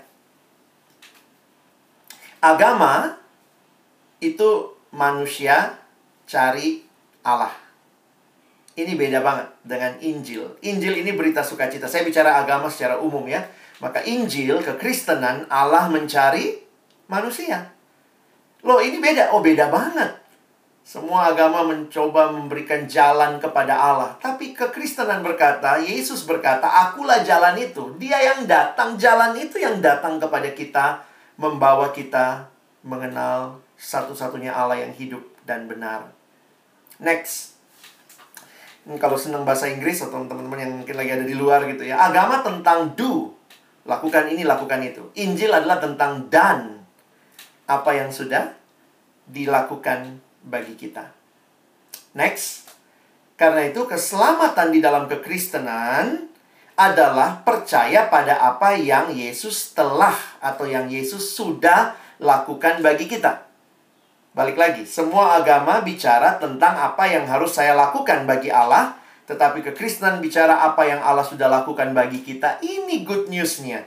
Agama itu manusia cari Allah. Ini beda banget dengan Injil. Injil ini berita sukacita. Saya bicara agama secara umum ya. Maka Injil, kekristenan, Allah mencari manusia. Loh, ini beda. Oh, beda banget. Semua agama mencoba memberikan jalan kepada Allah. Tapi kekristenan berkata, Yesus berkata, akulah jalan itu. Dia yang datang, jalan itu yang datang kepada kita, membawa kita mengenal satu-satunya Allah yang hidup dan benar. Next. Kalau senang bahasa Inggris atau teman-teman yang mungkin lagi ada di luar gitu ya. Agama tentang do. Lakukan ini, lakukan itu. Injil adalah tentang dan. Apa yang sudah dilakukan bagi kita. Next. Karena itu keselamatan di dalam kekristenan adalah percaya pada apa yang Yesus telah atau yang Yesus sudah lakukan bagi kita. Balik lagi, semua agama bicara tentang apa yang harus saya lakukan bagi Allah. Tetapi kekristenan bicara apa yang Allah sudah lakukan bagi kita. Ini good news-nya.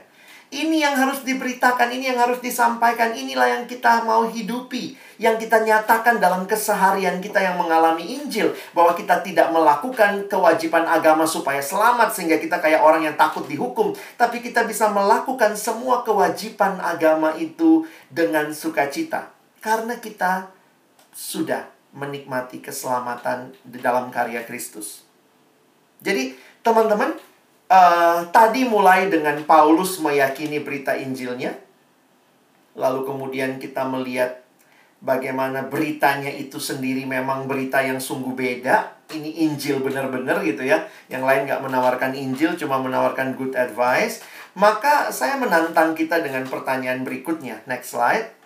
Ini yang harus diberitakan, ini yang harus disampaikan. Inilah yang kita mau hidupi, yang kita nyatakan dalam keseharian kita yang mengalami Injil. Bahwa kita tidak melakukan kewajiban agama supaya selamat, sehingga kita kayak orang yang takut dihukum. Tapi kita bisa melakukan semua kewajiban agama itu dengan sukacita. Karena kita sudah menikmati keselamatan di dalam karya Kristus. Jadi, teman-teman, uh, tadi mulai dengan Paulus meyakini berita Injilnya. Lalu kemudian kita melihat bagaimana beritanya itu sendiri memang berita yang sungguh beda. Ini Injil benar-benar gitu ya. Yang lain nggak menawarkan Injil, cuma menawarkan good advice. Maka saya menantang kita dengan pertanyaan berikutnya. Next slide.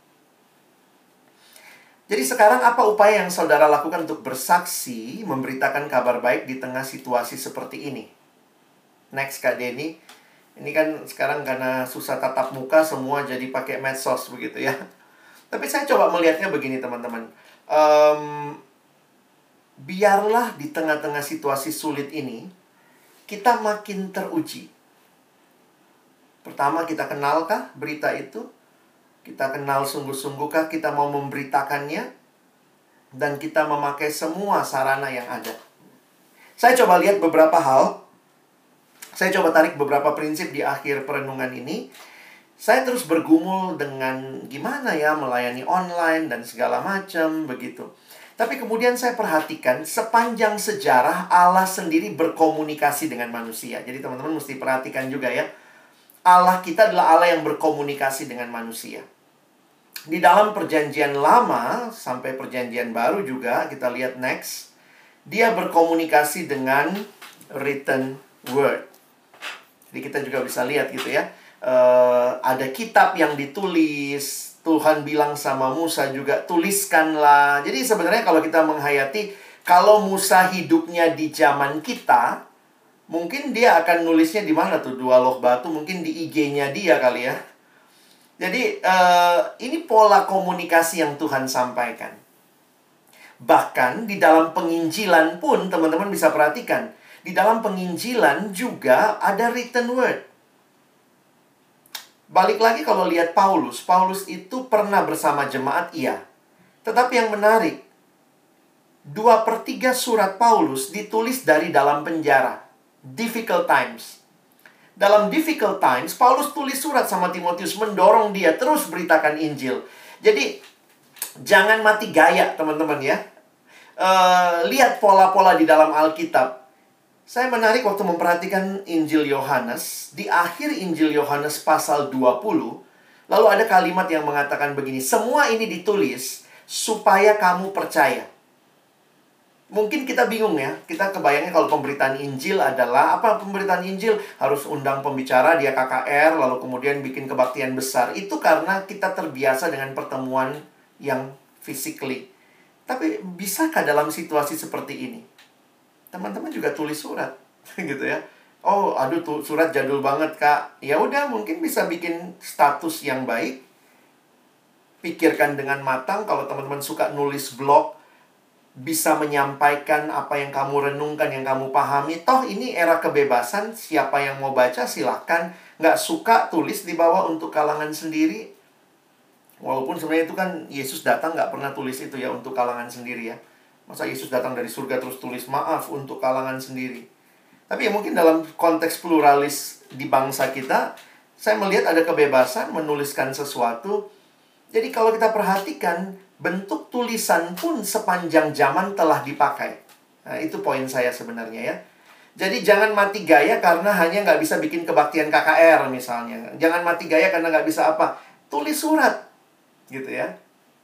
Jadi sekarang apa upaya yang saudara lakukan untuk bersaksi, memberitakan kabar baik di tengah situasi seperti ini? Next, Kak Denny. Ini kan sekarang karena susah tatap muka, semua jadi pakai medsos begitu ya. Tapi saya coba melihatnya begini, teman-teman. Um, biarlah di tengah-tengah situasi sulit ini, kita makin teruji. Pertama, kita kenalkah berita itu? Kita kenal sungguh-sungguhkah kita mau memberitakannya? Dan kita memakai semua sarana yang ada. Saya coba lihat beberapa hal. Saya coba tarik beberapa prinsip di akhir perenungan ini. Saya terus bergumul dengan gimana ya melayani online dan segala macam begitu. Tapi kemudian saya perhatikan sepanjang sejarah Allah sendiri berkomunikasi dengan manusia. Jadi teman-teman mesti perhatikan juga ya. Allah kita adalah Allah yang berkomunikasi dengan manusia. Di dalam perjanjian lama sampai perjanjian baru juga, kita lihat next. Dia berkomunikasi dengan written word. Jadi kita juga bisa lihat gitu ya. Uh, ada kitab yang ditulis. Tuhan bilang sama Musa juga, tuliskanlah. Jadi sebenarnya kalau kita menghayati, kalau Musa hidupnya di zaman kita, mungkin dia akan nulisnya di mana tuh? Dua loh batu, mungkin di I G-nya dia kali ya. Jadi, uh, ini pola komunikasi yang Tuhan sampaikan. Bahkan di dalam penginjilan pun, teman-teman bisa perhatikan. Di dalam penginjilan juga ada written word. Balik lagi kalau lihat Paulus. Paulus itu pernah bersama jemaat, iya. Tetapi yang menarik, dua per tiga surat Paulus ditulis dari dalam penjara. Difficult times. Dalam difficult times, Paulus tulis surat sama Timotius, mendorong dia terus beritakan Injil. Jadi, jangan mati gaya, teman-teman ya. Uh, lihat pola-pola di dalam Alkitab. Saya menarik waktu memperhatikan Injil Yohanes. Di akhir Injil Yohanes pasal dua puluh, lalu ada kalimat yang mengatakan begini, semua ini ditulis supaya kamu percaya. Mungkin kita bingung ya, kita kebayangnya kalau pemberitaan Injil adalah, apa pemberitaan Injil? Harus undang pembicara, dia K K R, lalu kemudian bikin kebaktian besar. Itu karena kita terbiasa dengan pertemuan yang physically. Tapi bisakah dalam situasi seperti ini? Teman-teman juga tulis surat, gitu ya. Oh, aduh tuh surat jadul banget, Kak. Ya udah, mungkin bisa bikin status yang baik. Pikirkan dengan matang, kalau teman-teman suka nulis blog, bisa menyampaikan apa yang kamu renungkan, yang kamu pahami. Toh ini era kebebasan, siapa yang mau baca silahkan. Nggak suka tulis di bawah untuk kalangan sendiri. Walaupun sebenarnya itu kan Yesus datang nggak pernah tulis itu ya untuk kalangan sendiri ya. Masa Yesus datang dari surga terus tulis maaf untuk kalangan sendiri. Tapi ya mungkin dalam konteks pluralis di bangsa kita, saya melihat ada kebebasan menuliskan sesuatu. Jadi kalau kita perhatikan, bentuk tulisan pun sepanjang zaman telah dipakai. Nah, itu poin saya sebenarnya ya. Jadi jangan mati gaya karena hanya nggak bisa bikin kebaktian K K R misalnya. Jangan mati gaya karena nggak bisa apa. Tulis surat. Gitu ya.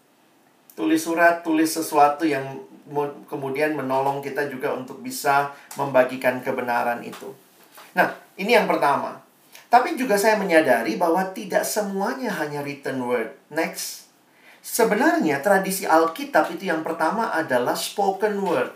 Tulis surat, tulis sesuatu yang kemudian menolong kita juga untuk bisa membagikan kebenaran itu. Nah, ini yang pertama. Tapi juga saya menyadari bahwa tidak semuanya hanya written word. Next. Sebenarnya tradisi Alkitab itu yang pertama adalah spoken word.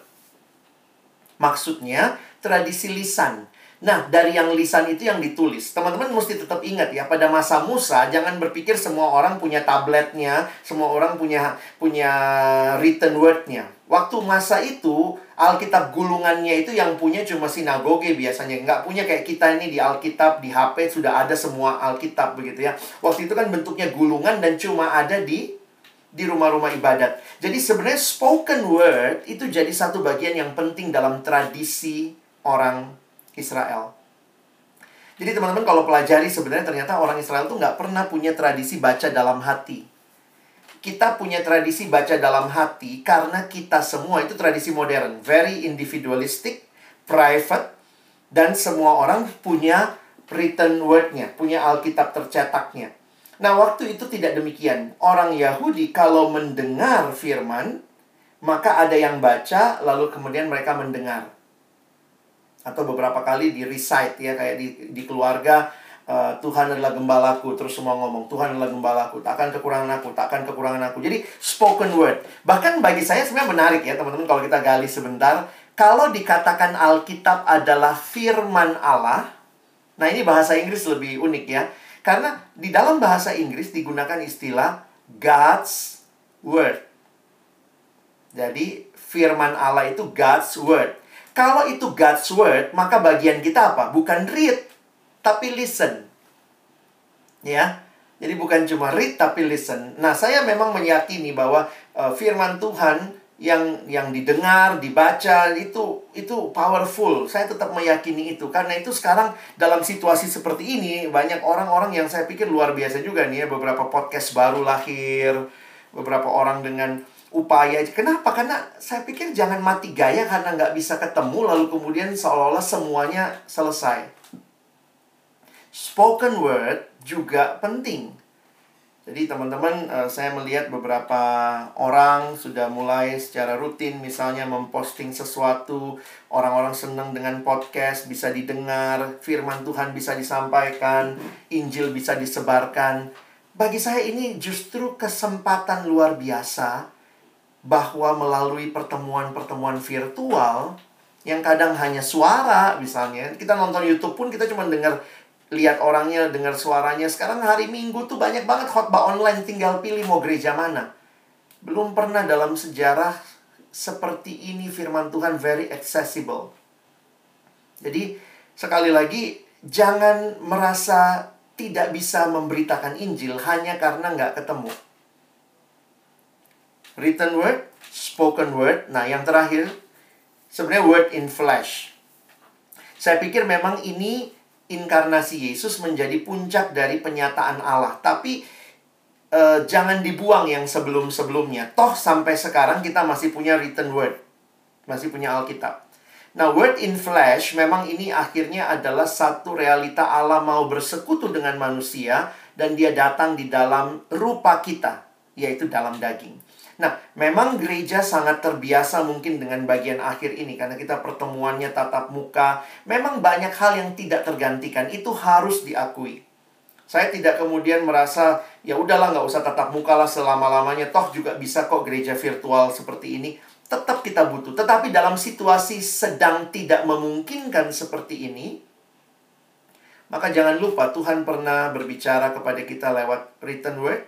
Maksudnya tradisi lisan. Nah, dari yang lisan itu yang ditulis. Teman-teman mesti tetap ingat ya, pada masa Musa jangan berpikir semua orang punya tabletnya, semua orang punya punya written word-nya. Waktu masa itu, Alkitab gulungannya itu yang punya cuma sinagoge biasanya. Nggak punya kayak kita ini di Alkitab, di H P sudah ada semua Alkitab begitu ya. Waktu itu kan bentuknya gulungan dan cuma ada di di rumah-rumah ibadat. Jadi sebenarnya spoken word itu jadi satu bagian yang penting dalam tradisi orang Israel. Jadi teman-teman kalau pelajari sebenarnya ternyata orang Israel tuh nggak pernah punya tradisi baca dalam hati. Kita punya tradisi baca dalam hati karena kita semua itu tradisi modern. Very individualistic, private, dan semua orang punya written word-nya, punya Alkitab tercetaknya. Nah, waktu itu tidak demikian. Orang Yahudi kalau mendengar firman, maka ada yang baca, lalu kemudian mereka mendengar. Atau beberapa kali di-recite ya, kayak di, di keluarga, Uh, Tuhan adalah gembalaku, terus semua ngomong Tuhan adalah gembalaku, takkan kekurangan aku, takkan kekurangan aku. Jadi spoken word. Bahkan bagi saya sebenarnya menarik ya teman-teman kalau kita gali sebentar. Kalau dikatakan Alkitab adalah firman Allah, nah ini bahasa Inggris lebih unik ya. Karena di dalam bahasa Inggris digunakan istilah God's word. Jadi firman Allah itu God's word. Kalau itu God's word, maka bagian kita apa? Bukan read, tapi listen. Ya. Jadi bukan cuma read tapi listen. Nah, saya memang meyakini bahwa uh, firman Tuhan yang yang didengar, dibaca itu itu powerful. Saya tetap meyakini itu. Karena itu sekarang dalam situasi seperti ini banyak orang-orang yang saya pikir luar biasa juga nih ya, beberapa podcast baru lahir, beberapa orang dengan upaya. Kenapa? Karena saya pikir jangan mati gaya karena nggak bisa ketemu lalu kemudian seolah-olah semuanya selesai. Spoken word juga penting. Jadi teman-teman, uh, saya melihat beberapa orang sudah mulai secara rutin misalnya memposting sesuatu. Orang-orang senang dengan podcast, bisa didengar, firman Tuhan bisa disampaikan, Injil bisa disebarkan. Bagi saya ini justru kesempatan luar biasa bahwa melalui pertemuan-pertemuan virtual yang kadang hanya suara misalnya. Kita nonton YouTube pun kita cuma dengar, lihat orangnya, dengar suaranya. Sekarang hari Minggu tuh banyak banget khotbah online, tinggal pilih mau gereja mana. Belum pernah dalam sejarah seperti ini firman Tuhan very accessible. Jadi sekali lagi, jangan merasa tidak bisa memberitakan Injil hanya karena nggak ketemu. Written word, spoken word. Nah yang terakhir, sebenarnya word in flesh. Saya pikir memang ini inkarnasi Yesus menjadi puncak dari penyataan Allah. Tapi eh, jangan dibuang yang sebelum-sebelumnya. Toh sampai sekarang kita masih punya written word. Masih punya Alkitab. Nah, word in flesh memang ini akhirnya adalah satu realita Allah mau bersekutu dengan manusia. Dan dia datang di dalam rupa kita, yaitu dalam daging. Nah, memang gereja sangat terbiasa mungkin dengan bagian akhir ini. Karena kita pertemuannya tatap muka. Memang banyak hal yang tidak tergantikan. Itu harus diakui. Saya tidak kemudian merasa, ya udahlah nggak usah tatap muka lah selama-lamanya. Toh juga bisa kok gereja virtual seperti ini. Tetap kita butuh. Tetapi dalam situasi sedang tidak memungkinkan seperti ini, maka jangan lupa Tuhan pernah berbicara kepada kita lewat written word,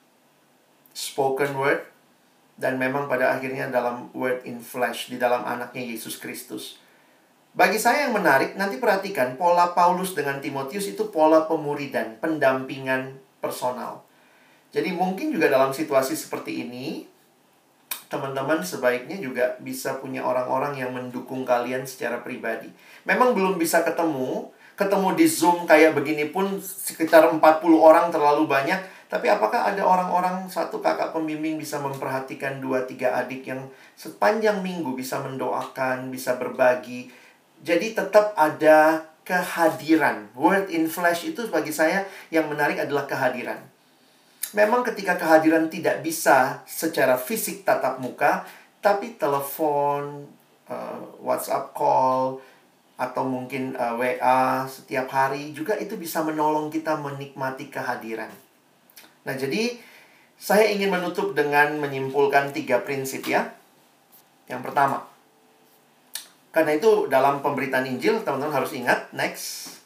spoken word, dan memang pada akhirnya dalam word in flesh, di dalam anaknya Yesus Kristus. Bagi saya yang menarik, nanti perhatikan pola Paulus dengan Timotius itu pola pemuridan, pendampingan personal. Jadi mungkin juga dalam situasi seperti ini, teman-teman sebaiknya juga bisa punya orang-orang yang mendukung kalian secara pribadi. Memang belum bisa ketemu, ketemu di Zoom kayak begini pun sekitar empat puluh orang terlalu banyak. Tapi apakah ada orang-orang, satu kakak pembimbing bisa memperhatikan dua tiga adik yang sepanjang minggu bisa mendoakan, bisa berbagi. Jadi tetap ada kehadiran. Word in flesh itu bagi saya yang menarik adalah kehadiran. Memang ketika kehadiran tidak bisa secara fisik tatap muka, tapi telepon, uh, WhatsApp call, atau mungkin uh, W A setiap hari juga itu bisa menolong kita menikmati kehadiran. Nah, jadi saya ingin menutup dengan menyimpulkan tiga prinsip ya. Yang pertama, karena itu dalam pemberitaan Injil, teman-teman harus ingat, next.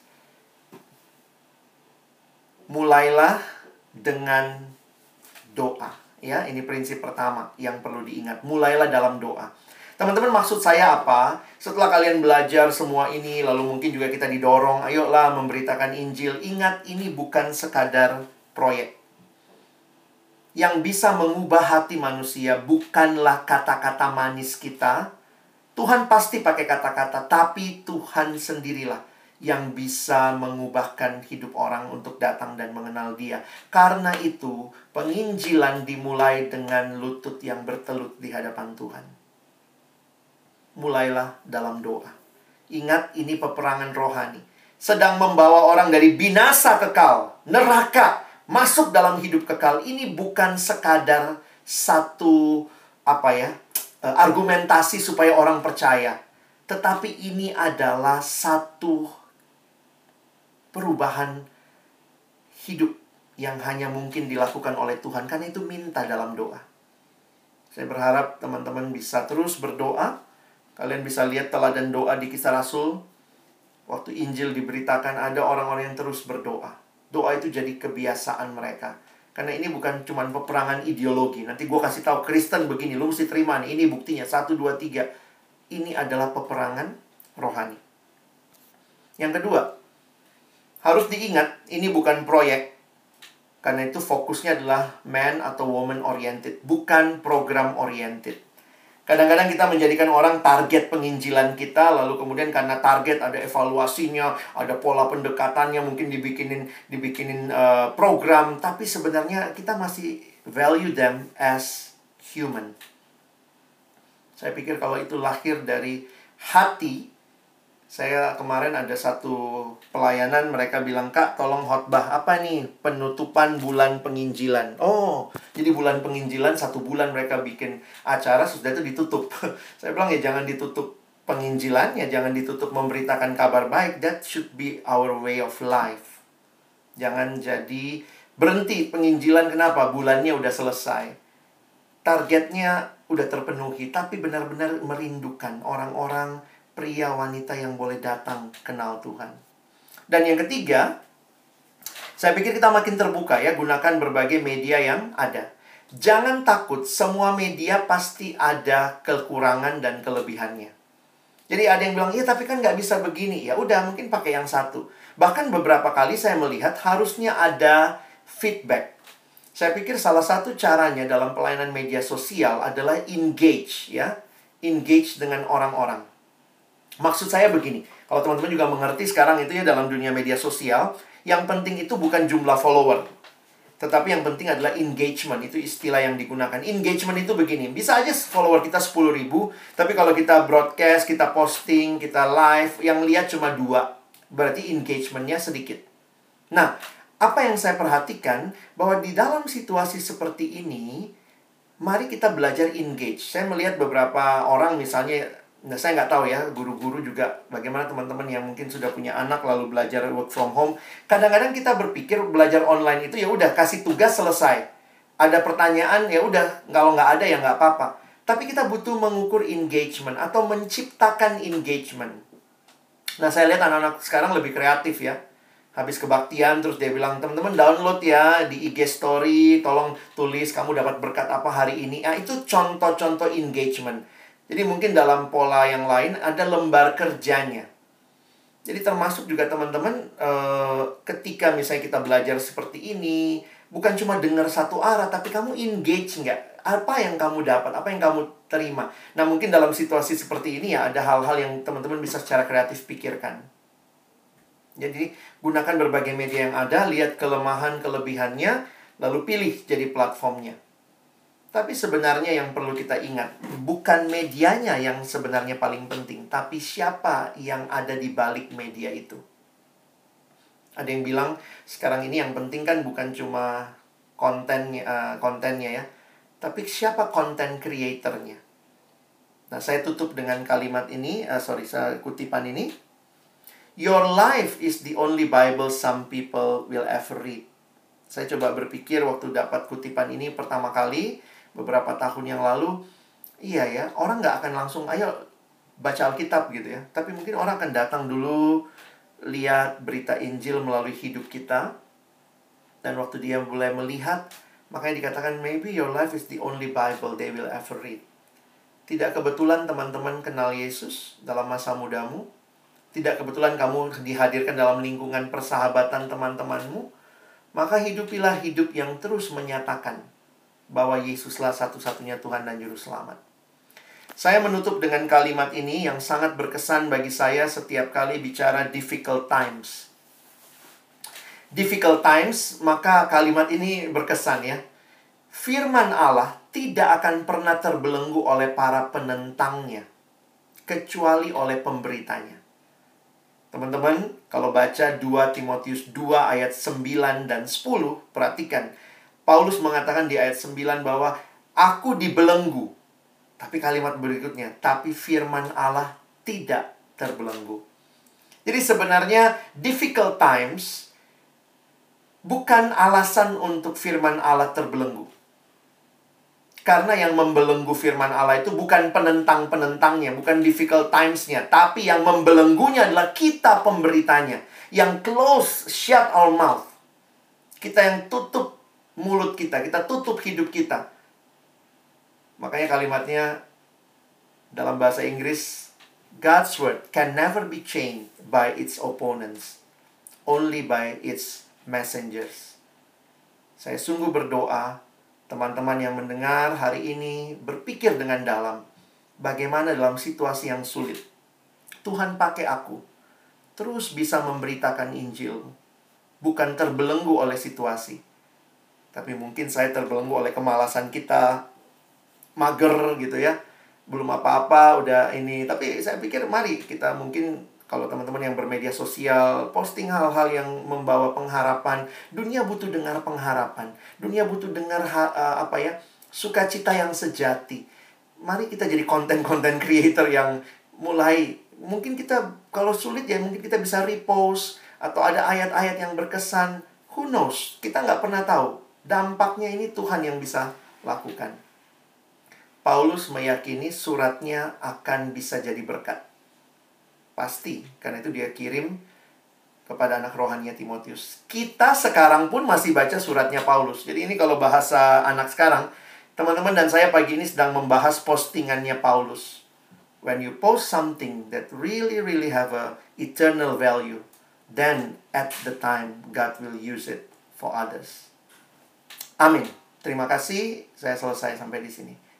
Mulailah dengan doa. Ya, ini prinsip pertama yang perlu diingat. Mulailah dalam doa. Teman-teman, maksud saya apa? Setelah kalian belajar semua ini, lalu mungkin juga kita didorong, ayolah memberitakan Injil. Ingat, ini bukan sekadar proyek. Yang bisa mengubah hati manusia bukanlah kata-kata manis kita. Tuhan pasti pakai kata-kata, tapi Tuhan sendirilah yang bisa mengubahkan hidup orang untuk datang dan mengenal Dia. Karena itu, penginjilan dimulai dengan lutut yang bertelut di hadapan Tuhan. Mulailah dalam doa. Ingat, ini peperangan rohani. Sedang membawa orang dari binasa kekal, neraka, masuk dalam hidup kekal. Ini bukan sekadar satu apa ya argumentasi supaya orang percaya, tetapi ini adalah satu perubahan hidup yang hanya mungkin dilakukan oleh Tuhan. Karena itu minta dalam doa. Saya berharap teman-teman bisa terus berdoa. Kalian bisa lihat teladan doa di Kisah Rasul. Waktu Injil diberitakan, ada orang-orang yang terus berdoa. Doa itu jadi kebiasaan mereka. Karena ini bukan cuma peperangan ideologi. Nanti gue kasih tahu Kristen begini, lu mesti terima nih. Ini buktinya, satu, dua, tiga. Ini adalah peperangan rohani. Yang kedua, harus diingat, ini bukan proyek. Karena itu fokusnya adalah man atau woman oriented, bukan program oriented. Kadang-kadang kita menjadikan orang target penginjilan kita, lalu kemudian karena target ada evaluasinya, ada pola pendekatannya, mungkin dibikinin dibikinin uh, program, tapi sebenarnya kita masih value them as human. Saya pikir kalau itu lahir dari hati. Saya kemarin ada satu pelayanan, mereka bilang, Kak, tolong khotbah. Apa nih? Penutupan bulan penginjilan. Oh, jadi bulan penginjilan, satu bulan mereka bikin acara, sudah itu ditutup. Saya bilang, ya jangan ditutup penginjilannya, jangan ditutup memberitakan kabar baik. That should be our way of life. Jangan jadi berhenti penginjilan. Kenapa? Bulannya udah selesai. Targetnya udah terpenuhi, tapi benar-benar merindukan orang-orang, pria, wanita yang boleh datang kenal Tuhan. Dan yang ketiga, saya pikir kita makin terbuka ya, gunakan berbagai media yang ada. Jangan takut, semua media pasti ada kekurangan dan kelebihannya. Jadi ada yang bilang, ya tapi kan nggak bisa begini. Ya udah, mungkin pakai yang satu. Bahkan beberapa kali saya melihat harusnya ada feedback. Saya pikir salah satu caranya dalam pelayanan media sosial adalah engage ya. Engage dengan orang-orang. Maksud saya begini, kalau teman-teman juga mengerti sekarang itu ya dalam dunia media sosial, yang penting itu bukan jumlah follower. Tetapi yang penting adalah engagement, itu istilah yang digunakan. Engagement itu begini, bisa aja follower kita sepuluh ribu, tapi kalau kita broadcast, kita posting, kita live, yang lihat cuma dua. Berarti engagementnya sedikit. Nah, apa yang saya perhatikan, bahwa di dalam situasi seperti ini, mari kita belajar engage. Saya melihat beberapa orang misalnya, nah, saya nggak tahu ya, guru-guru juga bagaimana teman-teman yang mungkin sudah punya anak lalu belajar work from home. Kadang-kadang kita berpikir belajar online itu ya udah kasih tugas selesai. Ada pertanyaan ya udah, kalau nggak ada ya nggak apa-apa. Tapi kita butuh mengukur engagement atau menciptakan engagement. Nah, saya lihat anak-anak sekarang lebih kreatif ya. Habis kebaktian terus dia bilang, teman-teman download ya di I G story, tolong tulis kamu dapat berkat apa hari ini. Nah, itu contoh-contoh engagement. Jadi mungkin dalam pola yang lain ada lembar kerjanya. Jadi termasuk juga teman-teman eh, ketika misalnya kita belajar seperti ini, bukan cuma dengar satu arah, tapi kamu engage nggak? Apa yang kamu dapat? Apa yang kamu terima? Nah, mungkin dalam situasi seperti ini ya ada hal-hal yang teman-teman bisa secara kreatif pikirkan. Jadi gunakan berbagai media yang ada, lihat kelemahan kelebihannya, lalu pilih jadi platformnya. Tapi sebenarnya yang perlu kita ingat, bukan medianya yang sebenarnya paling penting, tapi siapa yang ada di balik media itu. Ada yang bilang, sekarang ini yang penting kan bukan cuma kontennya, uh, kontennya ya, tapi siapa content creatornya. Nah, saya tutup dengan kalimat ini, uh, sorry, saya kutipan ini. Your life is the only Bible some people will ever read. Saya coba berpikir waktu dapat kutipan ini pertama kali, beberapa tahun yang lalu, iya ya, orang nggak akan langsung, ayo baca Alkitab gitu ya. Tapi mungkin orang akan datang dulu, lihat berita Injil melalui hidup kita. Dan waktu dia mulai melihat, Makanya dikatakan, maybe your life is the only Bible they will ever read. Tidak kebetulan teman-teman kenal Yesus dalam masa mudamu. Tidak kebetulan kamu dihadirkan dalam lingkungan persahabatan teman-temanmu. Maka hidupilah hidup yang terus menyatakan bahwa Yesuslah satu-satunya Tuhan dan Juru Selamat. Saya menutup dengan kalimat ini yang sangat berkesan bagi saya setiap kali bicara difficult times. Difficult times, maka kalimat ini berkesan ya. Firman Allah tidak akan pernah terbelenggu oleh para penentangnya, kecuali oleh pemberitanya. Teman-teman, kalau baca dua Timotius dua ayat sembilan dan sepuluh, perhatikan. Paulus mengatakan di ayat sembilan bahwa aku dibelenggu. Tapi kalimat berikutnya, tapi firman Allah tidak terbelenggu. Jadi sebenarnya difficult times bukan alasan untuk firman Allah terbelenggu. Karena yang membelenggu firman Allah itu bukan penentang-penentangnya, bukan difficult times-nya. Tapi yang membelenggunya adalah kita pemberitanya. Yang close, shut our mouth. Kita yang tutup mulut kita, kita tutup hidup kita. Makanya kalimatnya dalam bahasa Inggris, God's word can never be chained by its opponents, only by its messengers. Saya sungguh berdoa, teman-teman yang mendengar hari ini berpikir dengan dalam, bagaimana dalam situasi yang sulit Tuhan pakai aku terus bisa memberitakan Injil, bukan terbelenggu oleh situasi. Tapi mungkin saya terbelenggu oleh kemalasan kita, mager gitu ya, belum apa-apa udah ini. Tapi saya pikir mari kita mungkin, kalau teman-teman yang bermedia sosial, posting hal-hal yang membawa pengharapan. Dunia butuh dengar pengharapan. Dunia butuh dengar ha, uh, apa ya, sukacita yang sejati. Mari kita jadi konten-konten creator yang mulai, mungkin kita kalau sulit ya mungkin kita bisa repost atau ada ayat-ayat yang berkesan. Who knows? Kita nggak pernah tahu. Dampaknya ini Tuhan yang bisa lakukan. Paulus meyakini suratnya akan bisa jadi berkat. Pasti, karena itu dia kirim kepada anak rohaninya Timotius. Kita sekarang pun masih baca suratnya Paulus. Jadi ini kalau bahasa anak sekarang, teman-teman dan saya pagi ini sedang membahas postingannya Paulus. When you post something that really, really have a eternal value, then at the time, God will use it for others. Amin. Terima kasih, saya selesai sampai di sini.